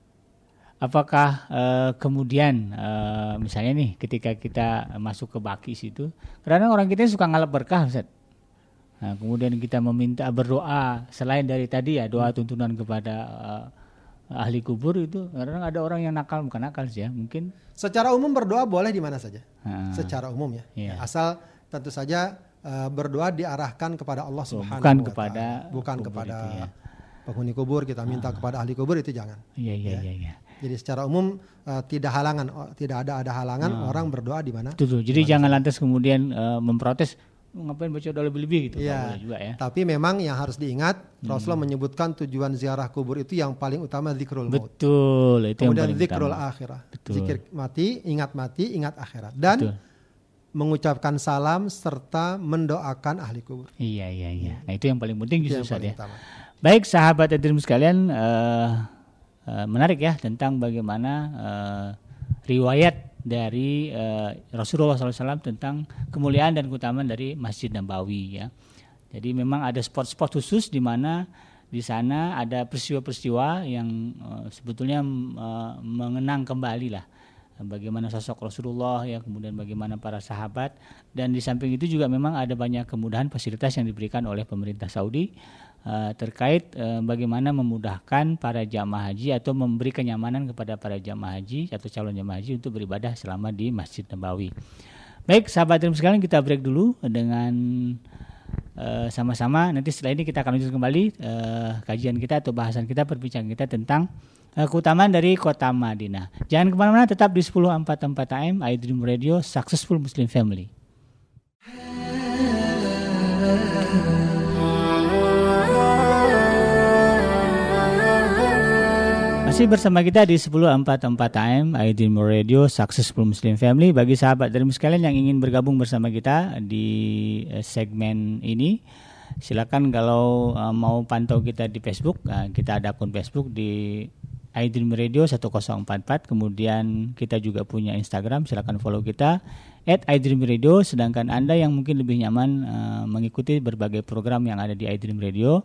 S1: Apakah uh, kemudian uh, misalnya nih ketika kita masuk ke Baqi situ, kadang orang kita suka ngalap berkah, Ustaz. Nah, kemudian kita meminta berdoa selain dari tadi ya doa tuntunan kepada uh, ahli kubur itu, kadang ada orang yang nakal, bukan nakal sih ya, mungkin.
S2: Secara umum berdoa boleh di mana saja.
S1: Hmm.
S2: Secara umum ya.
S1: Iya.
S2: Asal tentu saja uh, berdoa diarahkan kepada Allah Subhanahu
S1: bukan
S2: wa
S1: kepada
S2: taala, bukan kepada
S1: itu, ya.
S2: penghuni kubur, kita minta hmm. kepada ahli kubur itu jangan.
S1: Iya iya
S2: ya.
S1: iya iya.
S2: Jadi secara umum uh, tidak halangan, oh, tidak ada ada halangan nah. orang berdoa di mana.
S1: Tuh, jadi jangan saja. Lantas kemudian uh, memprotes ngapain baca doa lebih-lebih gitu.
S2: Ya,
S1: juga ya.
S2: Tapi memang yang harus diingat hmm. Rasulullah menyebutkan tujuan ziarah kubur itu yang paling utama zikrul maut.
S1: Betul, itu
S2: kemudian
S1: yang paling
S2: zikrul
S1: utama.
S2: Akhirah.
S1: Betul.
S2: Zikir mati, ingat mati, ingat akhirat. Dan betul. mengucapkan salam serta mendoakan ahli kubur.
S1: Iya iya iya. Nah, itu yang paling penting justru saja. Ya.
S2: Utama.
S1: Baik sahabat hadirin sekalian, uh, Uh, menarik ya tentang bagaimana uh, riwayat dari uh, Rasulullah shallallahu alaihi wasallam tentang kemuliaan dan keutamaan dari Masjid Nabawi ya. Jadi memang ada spot-spot khusus di mana di sana ada peristiwa-peristiwa yang uh, sebetulnya uh, mengenang kembali lah bagaimana sosok Rasulullah ya, kemudian bagaimana para sahabat, dan di samping itu juga memang ada banyak kemudahan fasilitas yang diberikan oleh pemerintah Saudi Uh, terkait uh, bagaimana memudahkan para jamaah haji atau memberi kenyamanan kepada para jamaah haji atau calon jamaah haji untuk beribadah selama di Masjid Nabawi. Baik sahabat hadirin sekalian, kita break dulu dengan uh, sama-sama. Nanti setelah ini kita akan lanjut kembali uh, kajian kita atau bahasan kita, perbincangan kita tentang uh, keutamaan dari kota Madinah. Jangan kemana-mana, tetap di sepuluh empat puluh empat A M iDream Radio, Successful Muslim Family. Masih bersama kita di sepuluh empat puluh empat A M iDream Radio Successful Muslim Family. Bagi sahabat dari sekalian yang ingin bergabung bersama kita di segmen ini, silakan kalau uh, mau pantau kita di Facebook. Uh, kita ada akun Facebook di iDream Radio sepuluh empat puluh empat. Kemudian kita juga punya Instagram, silakan follow kita at iDream Radio. Sedangkan Anda yang mungkin lebih nyaman uh, mengikuti berbagai program yang ada di iDream Radio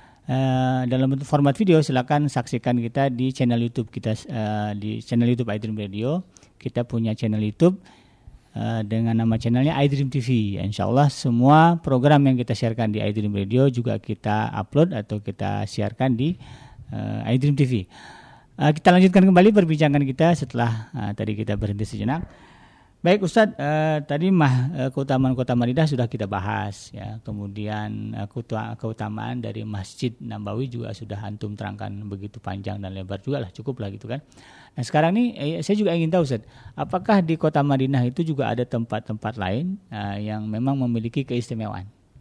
S1: Uh, dalam bentuk format video, silakan saksikan kita di channel YouTube kita, uh, di channel YouTube iDream Radio. Kita punya channel YouTube uh, dengan nama channelnya iDream T V. Insya Allah semua program yang kita sharekan di iDream Radio juga kita upload atau kita siarkan di uh, iDream T V. Uh, kita lanjutkan kembali perbincangan kita setelah uh, tadi kita berhenti sejenak. Baik Ustadz, eh, tadi mah eh, keutamaan kota Madinah sudah kita bahas ya. Kemudian eh, keutamaan dari Masjid Nabawi juga sudah antum terangkan begitu panjang dan lebar juga lah, cukup lah gitu kan. Nah sekarang nih eh, saya juga ingin tahu Ustadz, apakah di kota Madinah itu juga ada tempat-tempat lain eh, yang memang memiliki keistimewaan?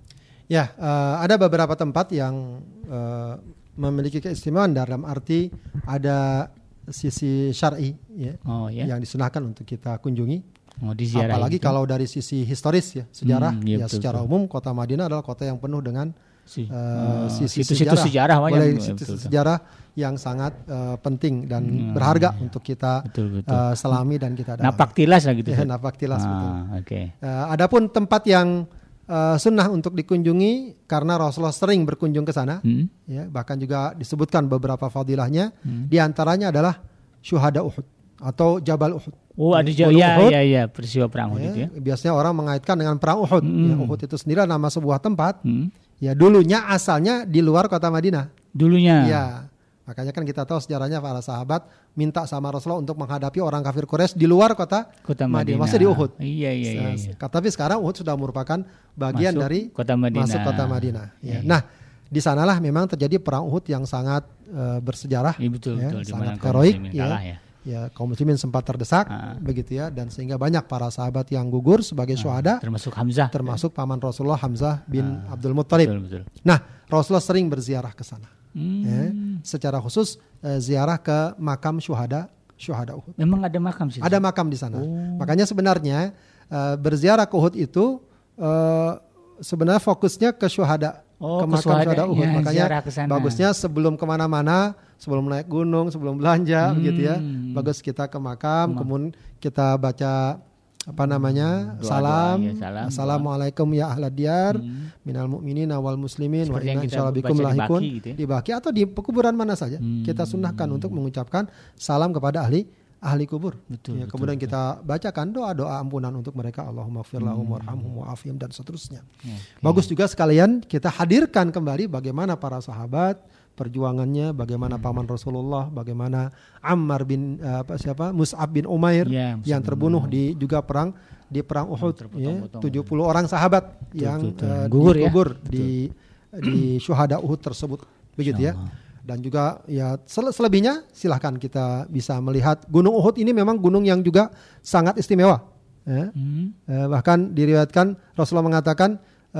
S2: Ya, uh, ada beberapa tempat yang uh, memiliki keistimewaan dalam arti ada sisi syar'i ya, oh, ya, yang disunahkan untuk kita kunjungi. Oh, apalagi itu. Kalau dari sisi historis ya, sejarah hmm, ya, ya betul, secara betul. umum kota Madinah adalah kota yang penuh dengan si, uh, sisi situs sejarah, boleh situs sejarah yang sangat uh, penting dan hmm, berharga ya. untuk kita betul, betul. Uh, selami dan kita dalami.
S1: Napak tilas lah gitu.
S2: Ya, napak tilas ah, betul.
S1: Okay.
S2: Uh, adapun tempat yang uh, sunnah untuk dikunjungi karena Rasulullah sering berkunjung ke sana, hmm. ya, bahkan juga disebutkan beberapa fadilahnya, hmm. di antaranya adalah syuhada Uhud atau Jabal Uhud.
S1: Oh, ada jauh ya, ya, ya, peristiwa perang Uhud ya, itu ya.
S2: Biasanya orang mengaitkan dengan perang Uhud. Hmm. Ya, Uhud itu sendiri nama sebuah tempat. Hmm. Ya, dulunya asalnya di luar kota Madinah.
S1: Dulunya.
S2: Ya. Makanya kan kita tahu sejarahnya para sahabat minta sama Rasulullah untuk menghadapi orang kafir Quraisy di luar kota, kota Madinah. Masih di Uhud.
S1: Iya, iya, iya, iya.
S2: Tapi sekarang Uhud sudah merupakan bagian
S1: masuk dari
S2: kota Madinah. Masuk kota Madinah. Ya. Ya. Nah, di sanalah memang terjadi perang Uhud yang sangat uh, bersejarah.
S1: Ya, betul,
S2: ya,
S1: betul.
S2: Sangat heroik.
S1: Ya.
S2: ya. Ya, kaum muslimin sempat terdesak, ah. begitu ya, dan sehingga banyak para sahabat yang gugur sebagai ah, syuhada,
S1: termasuk Hamzah,
S2: termasuk ya. paman Rasulullah Hamzah bin ah. Abdul Muttalib. Betul, betul. Nah, Rasulullah sering berziarah ke sana, hmm. ya, secara khusus eh, ziarah ke makam syuhada, syuhada Uhud.
S1: Memang ada makam sih?
S2: Ada makam di sana. Oh. Makanya sebenarnya eh, berziarah ke Uhud itu eh, sebenarnya fokusnya ke syuhada. Oh, ke makam syuhada Uhud. Ya, makanya bagusnya sebelum kemana-mana, sebelum naik gunung, sebelum belanja, hmm. begitu ya, bagus kita ke makam, kemudian kita baca apa namanya doa, salam, doa, ya, salam assalamualaikum doa. Ya ahlad diyar, hmm. minal mu'minin wal muslimin wa inna insyaallah bikum lahikun gitu ya? Di Baqi atau di pekuburan mana saja, hmm. kita sunnahkan untuk mengucapkan salam kepada ahli ahli kubur. Betul, ya, betul, kemudian betul. Kita bacakan doa-doa ampunan untuk mereka, Allahumma ighfir lahum warhamhum wa'afihim dan seterusnya. Okay. Bagus juga sekalian kita hadirkan kembali bagaimana para sahabat perjuangannya, bagaimana hmm. paman Rasulullah, bagaimana Ammar bin uh, apa siapa Mus'ab bin Umair yeah, yang terbunuh di juga perang di perang Uhud ya, tujuh puluh orang sahabat betul, yang betul, uh, gugur, dikubur ya? di di syuhada Uhud tersebut, begitu ya. Dan juga ya selebihnya silahkan kita bisa melihat Gunung Uhud ini memang gunung yang juga sangat istimewa. Ya. Hmm. Eh, bahkan diriwayatkan Rasulullah mengatakan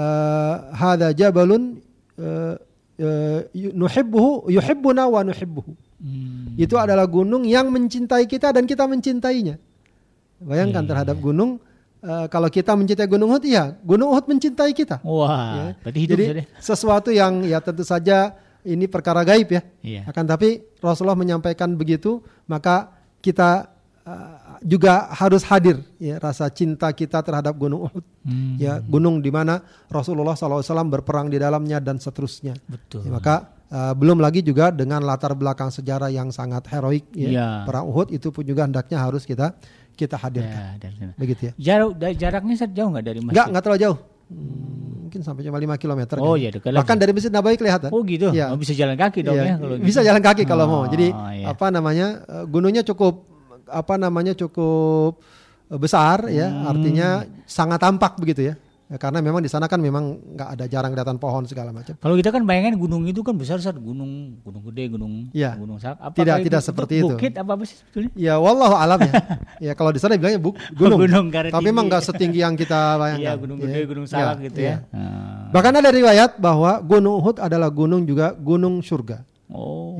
S2: hadza jabalun nuhibbuhu yuhibbuna wa nuhibbuhu. Hmm. Itu adalah gunung yang mencintai kita dan kita mencintainya. Bayangkan yeah. terhadap gunung. Uh, kalau kita mencintai Gunung Uhud, ya Gunung Uhud mencintai kita.
S1: Wah, ya. Berarti hidup. Jadi sudah. Sesuatu
S2: yang ya tentu saja ini perkara gaib ya. Iya. Akan tapi Rasulullah menyampaikan begitu, maka kita uh, juga harus hadir ya rasa cinta kita terhadap Gunung Uhud. Hmm. Ya, gunung di mana Rasulullah shallallahu alaihi wasallam berperang di dalamnya dan seterusnya. Betul. Ya, maka uh, belum lagi juga dengan latar belakang sejarah yang sangat heroik ya. Ya. Perang Uhud itu pun juga hendaknya harus kita kita hadirkan. Ya, begitu ya.
S1: Jarak jaraknya jauh nggak dari masjid?
S2: Enggak, enggak terlalu jauh. Hmm, mungkin sampai cuma lima kilometer.
S1: Oh iya, dekat.
S2: Bahkan dari Masjid Nabawi kelihatan.
S1: Oh gitu. Ya. Oh, bisa jalan kaki dong ya,
S2: ya kalau bisa gitu. Jalan kaki kalau oh, mau. Jadi iya. apa namanya? Gunungnya cukup apa namanya? cukup besar hmm. ya, artinya sangat tampak begitu ya. Ya, karena memang di sana kan memang nggak ada, jarang kelihatan pohon segala macam.
S1: Kalau kita kan bayangin gunung itu kan besar, besar gunung, gunung gede, gunung,
S2: ya.
S1: gunung sak.
S2: Apa tidak tidak itu, seperti itu.
S1: Bukit apa apa sih sebetulnya?
S2: Ya, wallahu alam ya. Ya kalau di sana bilangnya buk, gunung. gunung tapi memang nggak setinggi yang kita bayangkan.
S1: Iya, gunung gede, ya. gunung salak ya, gitu ya. ya.
S2: Hmm. Bahkan ada riwayat bahwa Gunung Uhud adalah gunung juga gunung surga.
S1: Oh,
S2: ya.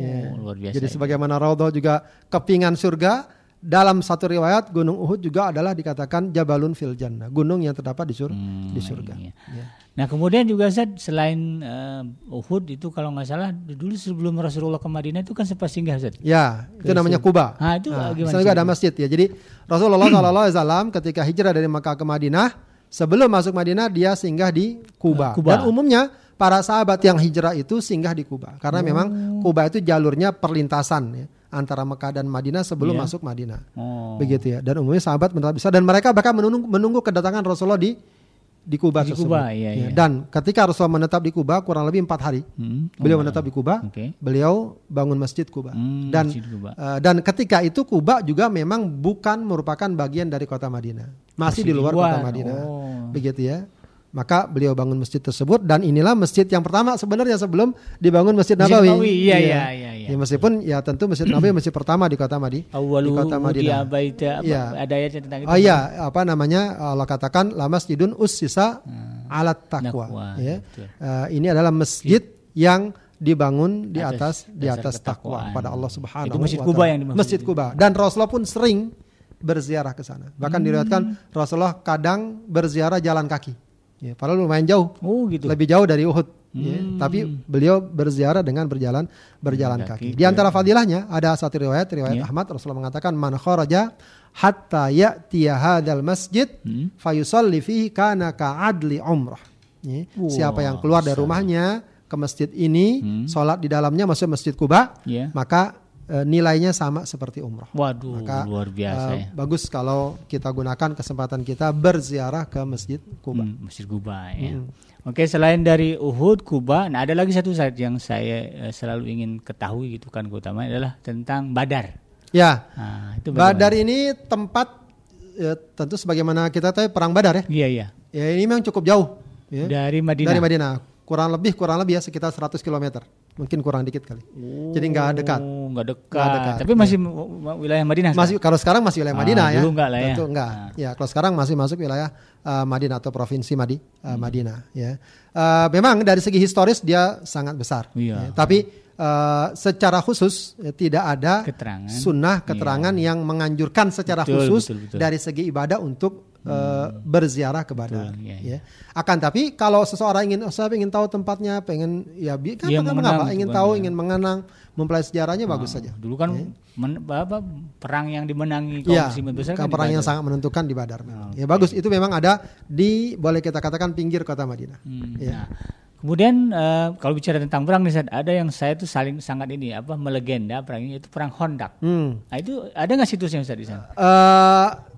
S1: luar biasa.
S2: Jadi sebagaimana Raudhah juga kepingan surga, dalam satu riwayat Gunung Uhud juga adalah dikatakan Jabalun fil Jannah, gunung yang terdapat di, sur hmm, di surga. Iya. Ya.
S1: Nah kemudian juga Ustaz, selain uh, Uhud itu kalau nggak salah dulu sebelum Rasulullah ke Madinah itu kan sempat singgah Ustaz.
S2: Ya, itu namanya Quba.
S1: Nah, itu
S2: nah,
S1: gimana?
S2: Juga ada masjid ya. Jadi Rasulullah shallallahu alaihi wasallam ketika hijrah dari Makkah ke Madinah, sebelum masuk Madinah dia singgah di Quba. Uh, Dan umumnya para sahabat yang hijrah itu singgah di Quba karena oh. memang Quba itu jalurnya perlintasan ya, antara Mekah dan Madinah sebelum yeah. masuk Madinah. Oh. Begitu ya. Dan umumnya sahabat menetap bisa dan mereka bahkan menunggu, menunggu kedatangan Rasulullah di di Quba tersebut. Kuba, iya, iya. Dan ketika Rasulullah menetap di Quba kurang lebih empat hari, hmm. beliau oh, menetap di Quba, okay. beliau bangun masjid Quba. Hmm, dan masjid Quba. Uh, dan ketika itu Quba juga memang bukan merupakan bagian dari kota Madinah, masih, masih di luar, luar kota Madinah, oh. begitu ya. Maka beliau bangun masjid tersebut dan inilah masjid yang pertama sebenarnya sebelum dibangun Masjid Nabawi. Masjid Nabawi iya, iya, iya, iya. Ya, meskipun ya tentu Masjid Nabawi masih pertama di kota Madi. Di kota Madinah. Ya. Ada ayat tentang itu. Oh iya, apa namanya? Allah katakan la masjidun ussisa hmm. alat taqwa. Ya. Uh, ini adalah masjid yang dibangun di atas, atas di atas takwa pada Allah Subhanahu wa taala.
S1: Masjid Quba yang dimaksud.
S2: Masjid Quba. Dan Rasulullah pun sering berziarah ke sana. Bahkan hmm. diriwayatkan Rasulullah kadang berziarah jalan kaki. Ya, padahal lumayan jauh, oh, gitu. Lebih jauh dari Uhud. Hmm. Ya, tapi beliau berziarah dengan berjalan berjalan kaki. kaki. Di antara fadilahnya ada satu riwayat, riwayat yeah. Ahmad, Rasulullah mengatakan man kharaja hatta ya'tiya hadzal masjid hmm. fayusalli fihi kana ka'adli umrah. Ya, wow. Siapa yang keluar dari rumahnya ke masjid ini, hmm. sholat di dalamnya, masuk Masjid Quba, yeah. maka E, nilainya sama seperti umrah.
S1: Waduh, maka, luar biasa e, ya.
S2: Bagus kalau kita gunakan kesempatan kita berziarah ke Masjid Quba.
S1: Hmm, Masjid Quba ya. Hmm. Oke, selain dari Uhud, Quba, nah ada lagi satu saat yang saya e, selalu ingin ketahui gitu kan, utamanya adalah tentang Badar.
S2: Ya. Nah, itu Badar ini tempat e, tentu sebagaimana kita tahu perang Badar ya.
S1: Iya, iya.
S2: Ya ini memang cukup jauh ya.
S1: Dari Madinah.
S2: Dari Madinah. Kurang lebih kurang lebih ya sekitar seratus kilometer. Mungkin kurang dikit kali. Oh, jadi nggak dekat.
S1: Nggak dekat. dekat. Tapi masih ya. wilayah Madinah.
S2: Masih sekarang? Kalau sekarang masih wilayah Madinah ah, ya.
S1: Dulu enggak lah ya.
S2: Tentu enggak. Nah. Ya kalau sekarang masih masuk wilayah uh, Madinah atau provinsi Madi, uh, hmm. Madinah. Ya. Uh, memang dari segi historis dia sangat besar. Iya. Ya. Tapi uh, secara khusus ya, tidak ada keterangan. sunnah keterangan iya. yang menganjurkan secara betul, khusus betul, betul. dari segi ibadah untuk Uh, berziarah ke Badar. Betul, ya, ya. Ya. Akan tapi kalau seseorang ingin, saya ingin tahu tempatnya, pengen ya, kan ya mengapa? Ingin tahu, ya. ingin mengenang, mempelajari sejarahnya nah, bagus saja.
S1: Dulu kan ya. men, apa, perang yang dimenangi kaum
S2: ya,
S1: muslimin besar
S2: kan perang yang sangat menentukan di Badar. Oh, ya okay. bagus, itu memang ada di boleh kita katakan pinggir kota Madinah. Hmm, ya. Nah.
S1: Kemudian uh, kalau bicara tentang perang nih, ada yang saya tuh saling sangat ini apa melegenda perang ini itu perang Khandaq. Hmm. Nah, itu ada nggak situsnya Ustaz di sana? Uh,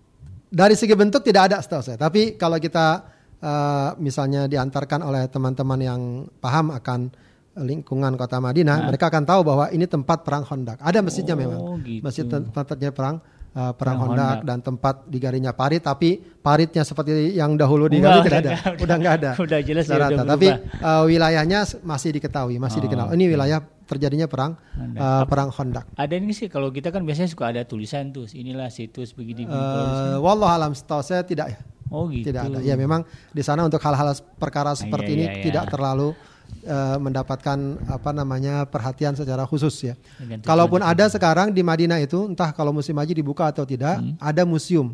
S2: Dari segi bentuk tidak ada setahu saya. Tapi kalau kita uh, misalnya diantarkan oleh teman-teman yang paham akan lingkungan kota Madinah, nah. mereka akan tahu bahwa ini tempat perang Khandaq. Ada masjidnya oh, memang. Gitu. Masjid tempatnya perang uh, perang Khandaq dan tempat digarinya parit, tapi paritnya seperti yang dahulu digali tidak ada. Udah, udah nggak ada.
S1: Udah jelas ya, udah
S2: tapi uh, wilayahnya masih diketahui, masih oh, dikenal. Ini wilayah terjadinya perang uh, perang Khandaq.
S1: Ada ini sih kalau kita kan biasanya suka ada tulisan tuh inilah situs begini.
S2: Uh, Wallahu alam, setahu saya tidak ya.
S1: Oh gitu.
S2: Tidak ada. Ya memang di sana untuk hal-hal perkara seperti ah, iya, ini iya, tidak iya. terlalu uh, mendapatkan apa namanya perhatian secara khusus ya. Kalaupun ada sekarang di Madinah itu entah kalau musim haji dibuka atau tidak, hmm. ada museum.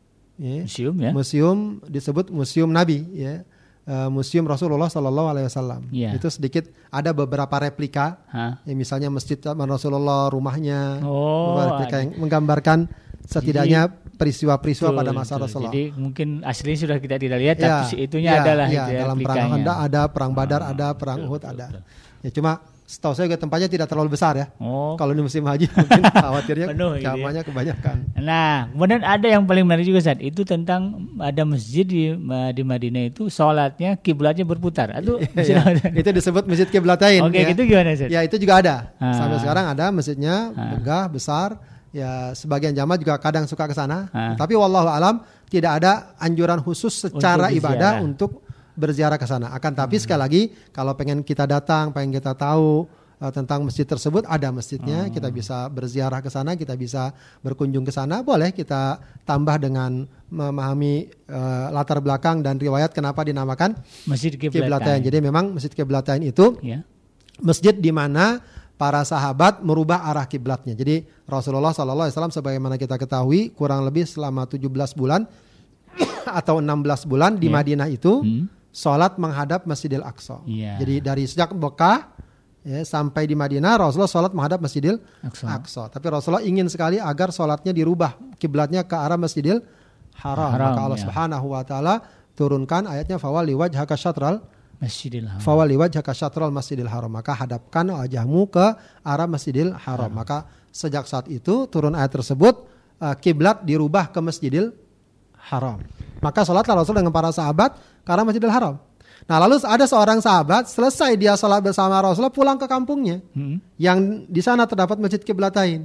S2: Ya.
S1: Museum ya.
S2: Museum disebut Museum Nabi ya. Uh, Museum Rasulullah Sallallahu Alaihi Wasallam. Yeah. Itu sedikit ada beberapa replika, ya, misalnya masjid Rasulullah, rumahnya, oh, replika yang menggambarkan setidaknya jadi, peristiwa-peristiwa betul, pada masa betul. Rasulullah.
S1: Jadi mungkin aslinya sudah kita tidak lihat, ya, tapi itunya
S2: ya,
S1: adalah
S2: ya,
S1: itu ya,
S2: dalam perang Khandaq ada, perang Badar oh, ada, perang betul, Uhud betul, ada. Betul. Ya cuma setahu saya juga tempatnya tidak terlalu besar ya. Oh. Kalau di musim haji mungkin khawatirnya jamaahnya kebanyakan. Nah,
S1: kemudian ada yang paling menarik juga Ustaz, itu tentang ada masjid di di Madinah itu sholatnya kiblatnya berputar. Itu
S2: ya, itu disebut Masjid Qiblatain.
S1: Oke, ya. Itu gimana Ustaz?
S2: Ya, itu juga ada. Ah. Sampai sekarang ada masjidnya, ah. megah, besar. Ya, sebagian jamaah juga kadang suka ke sana. Ah. Tapi wallahu alam tidak ada anjuran khusus secara untuk ibadah untuk berziarah ke sana. Akan tapi hmm. sekali lagi kalau pengen kita datang, pengen kita tahu uh, tentang masjid tersebut, ada masjidnya, hmm. kita bisa berziarah ke sana, kita bisa berkunjung ke sana, boleh kita tambah dengan memahami uh, latar belakang dan riwayat kenapa dinamakan
S1: Masjid Qiblatain.
S2: Jadi memang Masjid Qiblatain itu yeah. masjid di mana para sahabat merubah arah kiblatnya. Jadi Rasulullah shallallahu alaihi wasallam sebagaimana kita ketahui kurang lebih selama tujuh belas bulan atau enam belas bulan di yeah. Madinah itu hmm. sholat menghadap Masjidil Aqsa. Yeah. Jadi dari sejak Mekah ya, sampai di Madinah Rasulullah sholat menghadap Masjidil Aqsa. Aqsa. Tapi Rasulullah ingin sekali agar sholatnya dirubah kiblatnya ke arah Masjidil Haram. Haram Maka Allah ya. Subhanahu wa taala turunkan ayatnya fawalli wajhaka syatral Masjidil Haram. Fawalli wajhaka syatral Masjidil Haram. Maka hadapkan wajahmu ke arah Masjidil Haram. Haram. Maka sejak saat itu turun ayat tersebut uh, kiblat dirubah ke Masjidil Haram. Maka sholatlah Rasul dengan para sahabat ke arah Masjidil Haram. Nah lalu ada seorang sahabat selesai dia sholat bersama Rasulullah pulang ke kampungnya hmm. yang di sana terdapat masjid Qiblatain.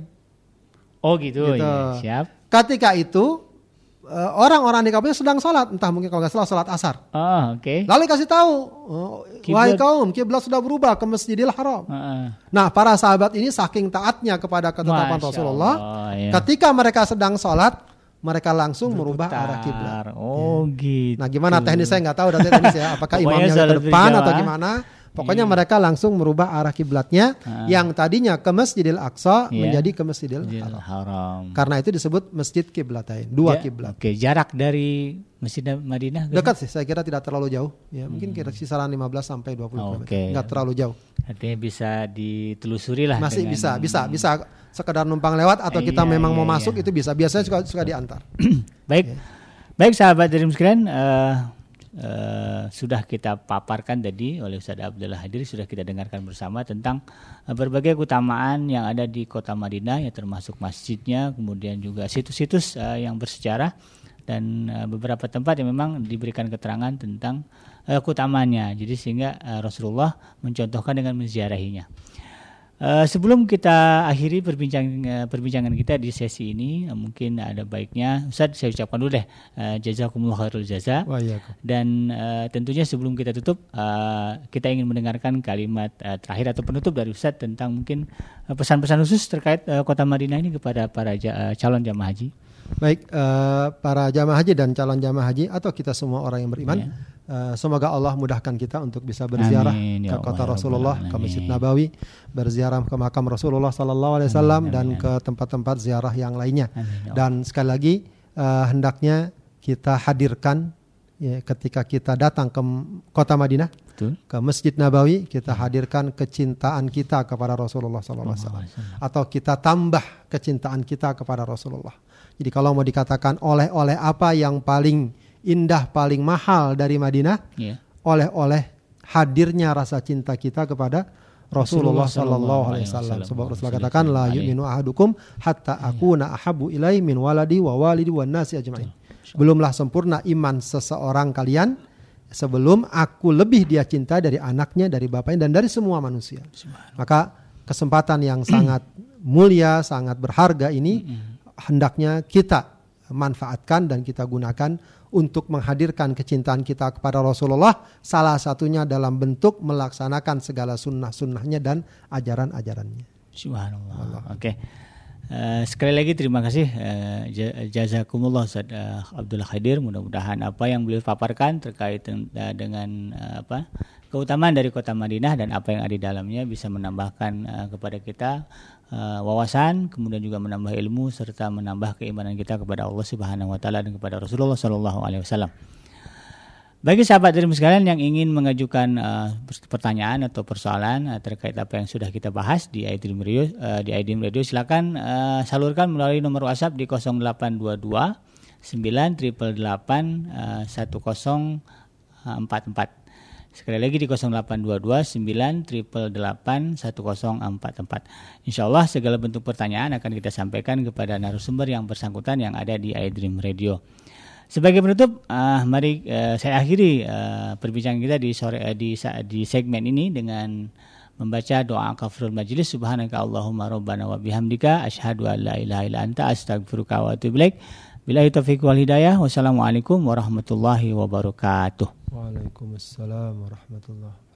S1: Oh gitu, gitu. Ya, siap.
S2: Ketika itu uh, orang-orang di kampungnya sedang sholat, entah mungkin kalau nggak salah sholat asar.
S1: Oh, oke. Okay.
S2: Lalu kasih tahu, oh, wahai kaum, kiblat sudah berubah ke Masjidil Haram. Uh-uh. Nah para sahabat ini saking taatnya kepada ketetapan Masya Rasulullah, Allah, ya. Ketika mereka sedang sholat mereka langsung Berputar. merubah arah kiblat.
S1: Oh ya. Gitu.
S2: Nah gimana teknis saya nggak tahu data teknis ya. Apakah imamnya ke depan atau gimana? Pokoknya yeah. mereka langsung merubah arah kiblatnya ah. yang tadinya ke Masjidil Aqsa yeah. menjadi ke Masjidil Haram. Haram. Karena itu disebut Masjid Qiblatain, dua ja- kiblat.
S1: Oke, okay. Jarak dari Masjid Madinah
S2: dekat sih, saya kira tidak terlalu jauh. Ya, hmm. mungkin kira kisaran lima belas sampai dua puluh kilometer. Okay. Enggak terlalu jauh.
S1: Artinya bisa ditelusuri lah.
S2: Masih
S1: dengan...
S2: bisa, bisa, bisa sekedar numpang lewat atau kita iya, memang iya, mau iya. masuk itu bisa. Biasanya suka suka diantar.
S1: Baik. Ya. Baik sahabat dari sekalian, uh, Uh, sudah kita paparkan tadi oleh Ustaz Abdullah Hadir, sudah kita dengarkan bersama tentang uh, berbagai keutamaan yang ada di kota Madinah, ya termasuk masjidnya, kemudian juga situs-situs uh, yang bersejarah dan uh, beberapa tempat yang memang diberikan keterangan tentang uh, keutamaannya. Jadi sehingga uh, Rasulullah mencontohkan dengan menziarahinya. Uh, sebelum kita akhiri perbincang, uh, perbincangan kita di sesi ini, uh, mungkin ada baiknya Ustaz saya ucapkan dulu deh uh, jazakumullah khairul jaza. Dan uh, tentunya sebelum kita tutup uh, kita ingin mendengarkan kalimat uh, terakhir atau penutup dari Ustaz tentang mungkin uh, pesan-pesan khusus terkait uh, kota Madinah ini kepada para ja- uh, calon jamaah haji.
S2: Baik, uh, para jamaah haji dan calon jamaah haji atau kita semua orang yang beriman, ya. uh, semoga Allah mudahkan kita untuk bisa berziarah Amin, ya ke kota Allah, Rasulullah, ke Masjid Nabawi, berziarah ke makam Rasulullah Sallallahu Alaihi Wasallam dan ke tempat-tempat ziarah yang lainnya. Amin, ya dan sekali lagi uh, hendaknya kita hadirkan ya, ketika kita datang ke kota Madinah, betul, ke Masjid Nabawi, kita hadirkan kecintaan kita kepada Rasulullah Sallallahu Alaihi Wasallam, atau kita tambah kecintaan kita kepada Rasulullah. Jadi kalau mau dikatakan oleh-oleh apa yang paling indah, paling mahal dari Madinah, yeah. oleh-oleh hadirnya rasa cinta kita kepada Rasulullah Sallallahu Alaihi Wasallam. Sebab Rasulullah katakan la yu'minu ahadukum hatta akuna ahabbu ilaihi min waladi wa walidi wan nasi ajma'in. Belumlah sempurna iman seseorang kalian sebelum aku lebih dia cinta dari anaknya, dari bapaknya dan dari semua manusia. Maka kesempatan yang sangat mulia, sangat berharga ini hendaknya kita manfaatkan dan kita gunakan untuk menghadirkan kecintaan kita kepada Rasulullah, salah satunya dalam bentuk melaksanakan segala sunnah-sunnahnya dan ajaran-ajarannya.
S1: Subhanallah. Oke. Okay. Uh, sekali lagi terima kasih uh, jazakumullah Ustaz uh, Abdullah Hadir. Mudah-mudahan apa yang beliau paparkan terkait uh, dengan uh, apa keutamaan dari kota Madinah dan apa yang ada di dalamnya bisa menambahkan uh, kepada kita uh, wawasan, kemudian juga menambah ilmu serta menambah keimanan kita kepada Allah Subhanahu wa taala dan kepada Rasulullah sallallahu alaihi wasallam. Bagi sahabat dari sekalian yang ingin mengajukan uh, pertanyaan atau persoalan uh, terkait apa yang sudah kita bahas di iDream Radio, uh, di iDream Radio silakan uh, salurkan melalui nomor WhatsApp di nol delapan dua dua sembilan delapan delapan satu nol empat empat. Sekali lagi di nol delapan dua dua sembilan delapan delapan satu nol empat empat. Insyaallah segala bentuk pertanyaan akan kita sampaikan kepada narasumber yang bersangkutan yang ada di iDream Radio. Sebagai penutup, uh, mari uh, saya akhiri uh, perbincangan kita di sore uh, di di segmen ini dengan membaca doa kafirul majlis. Subhanaka Allahumma rabbana wa bihamdika asyhadu an la ilaha illa anta astaghfiruka wa atubu ilaik. Billahi taufiq wal hidayah. Wassalamualaikum warahmatullahi wabarakatuh.
S2: Waalaikumsalam warahmatullahi wabarakatuh.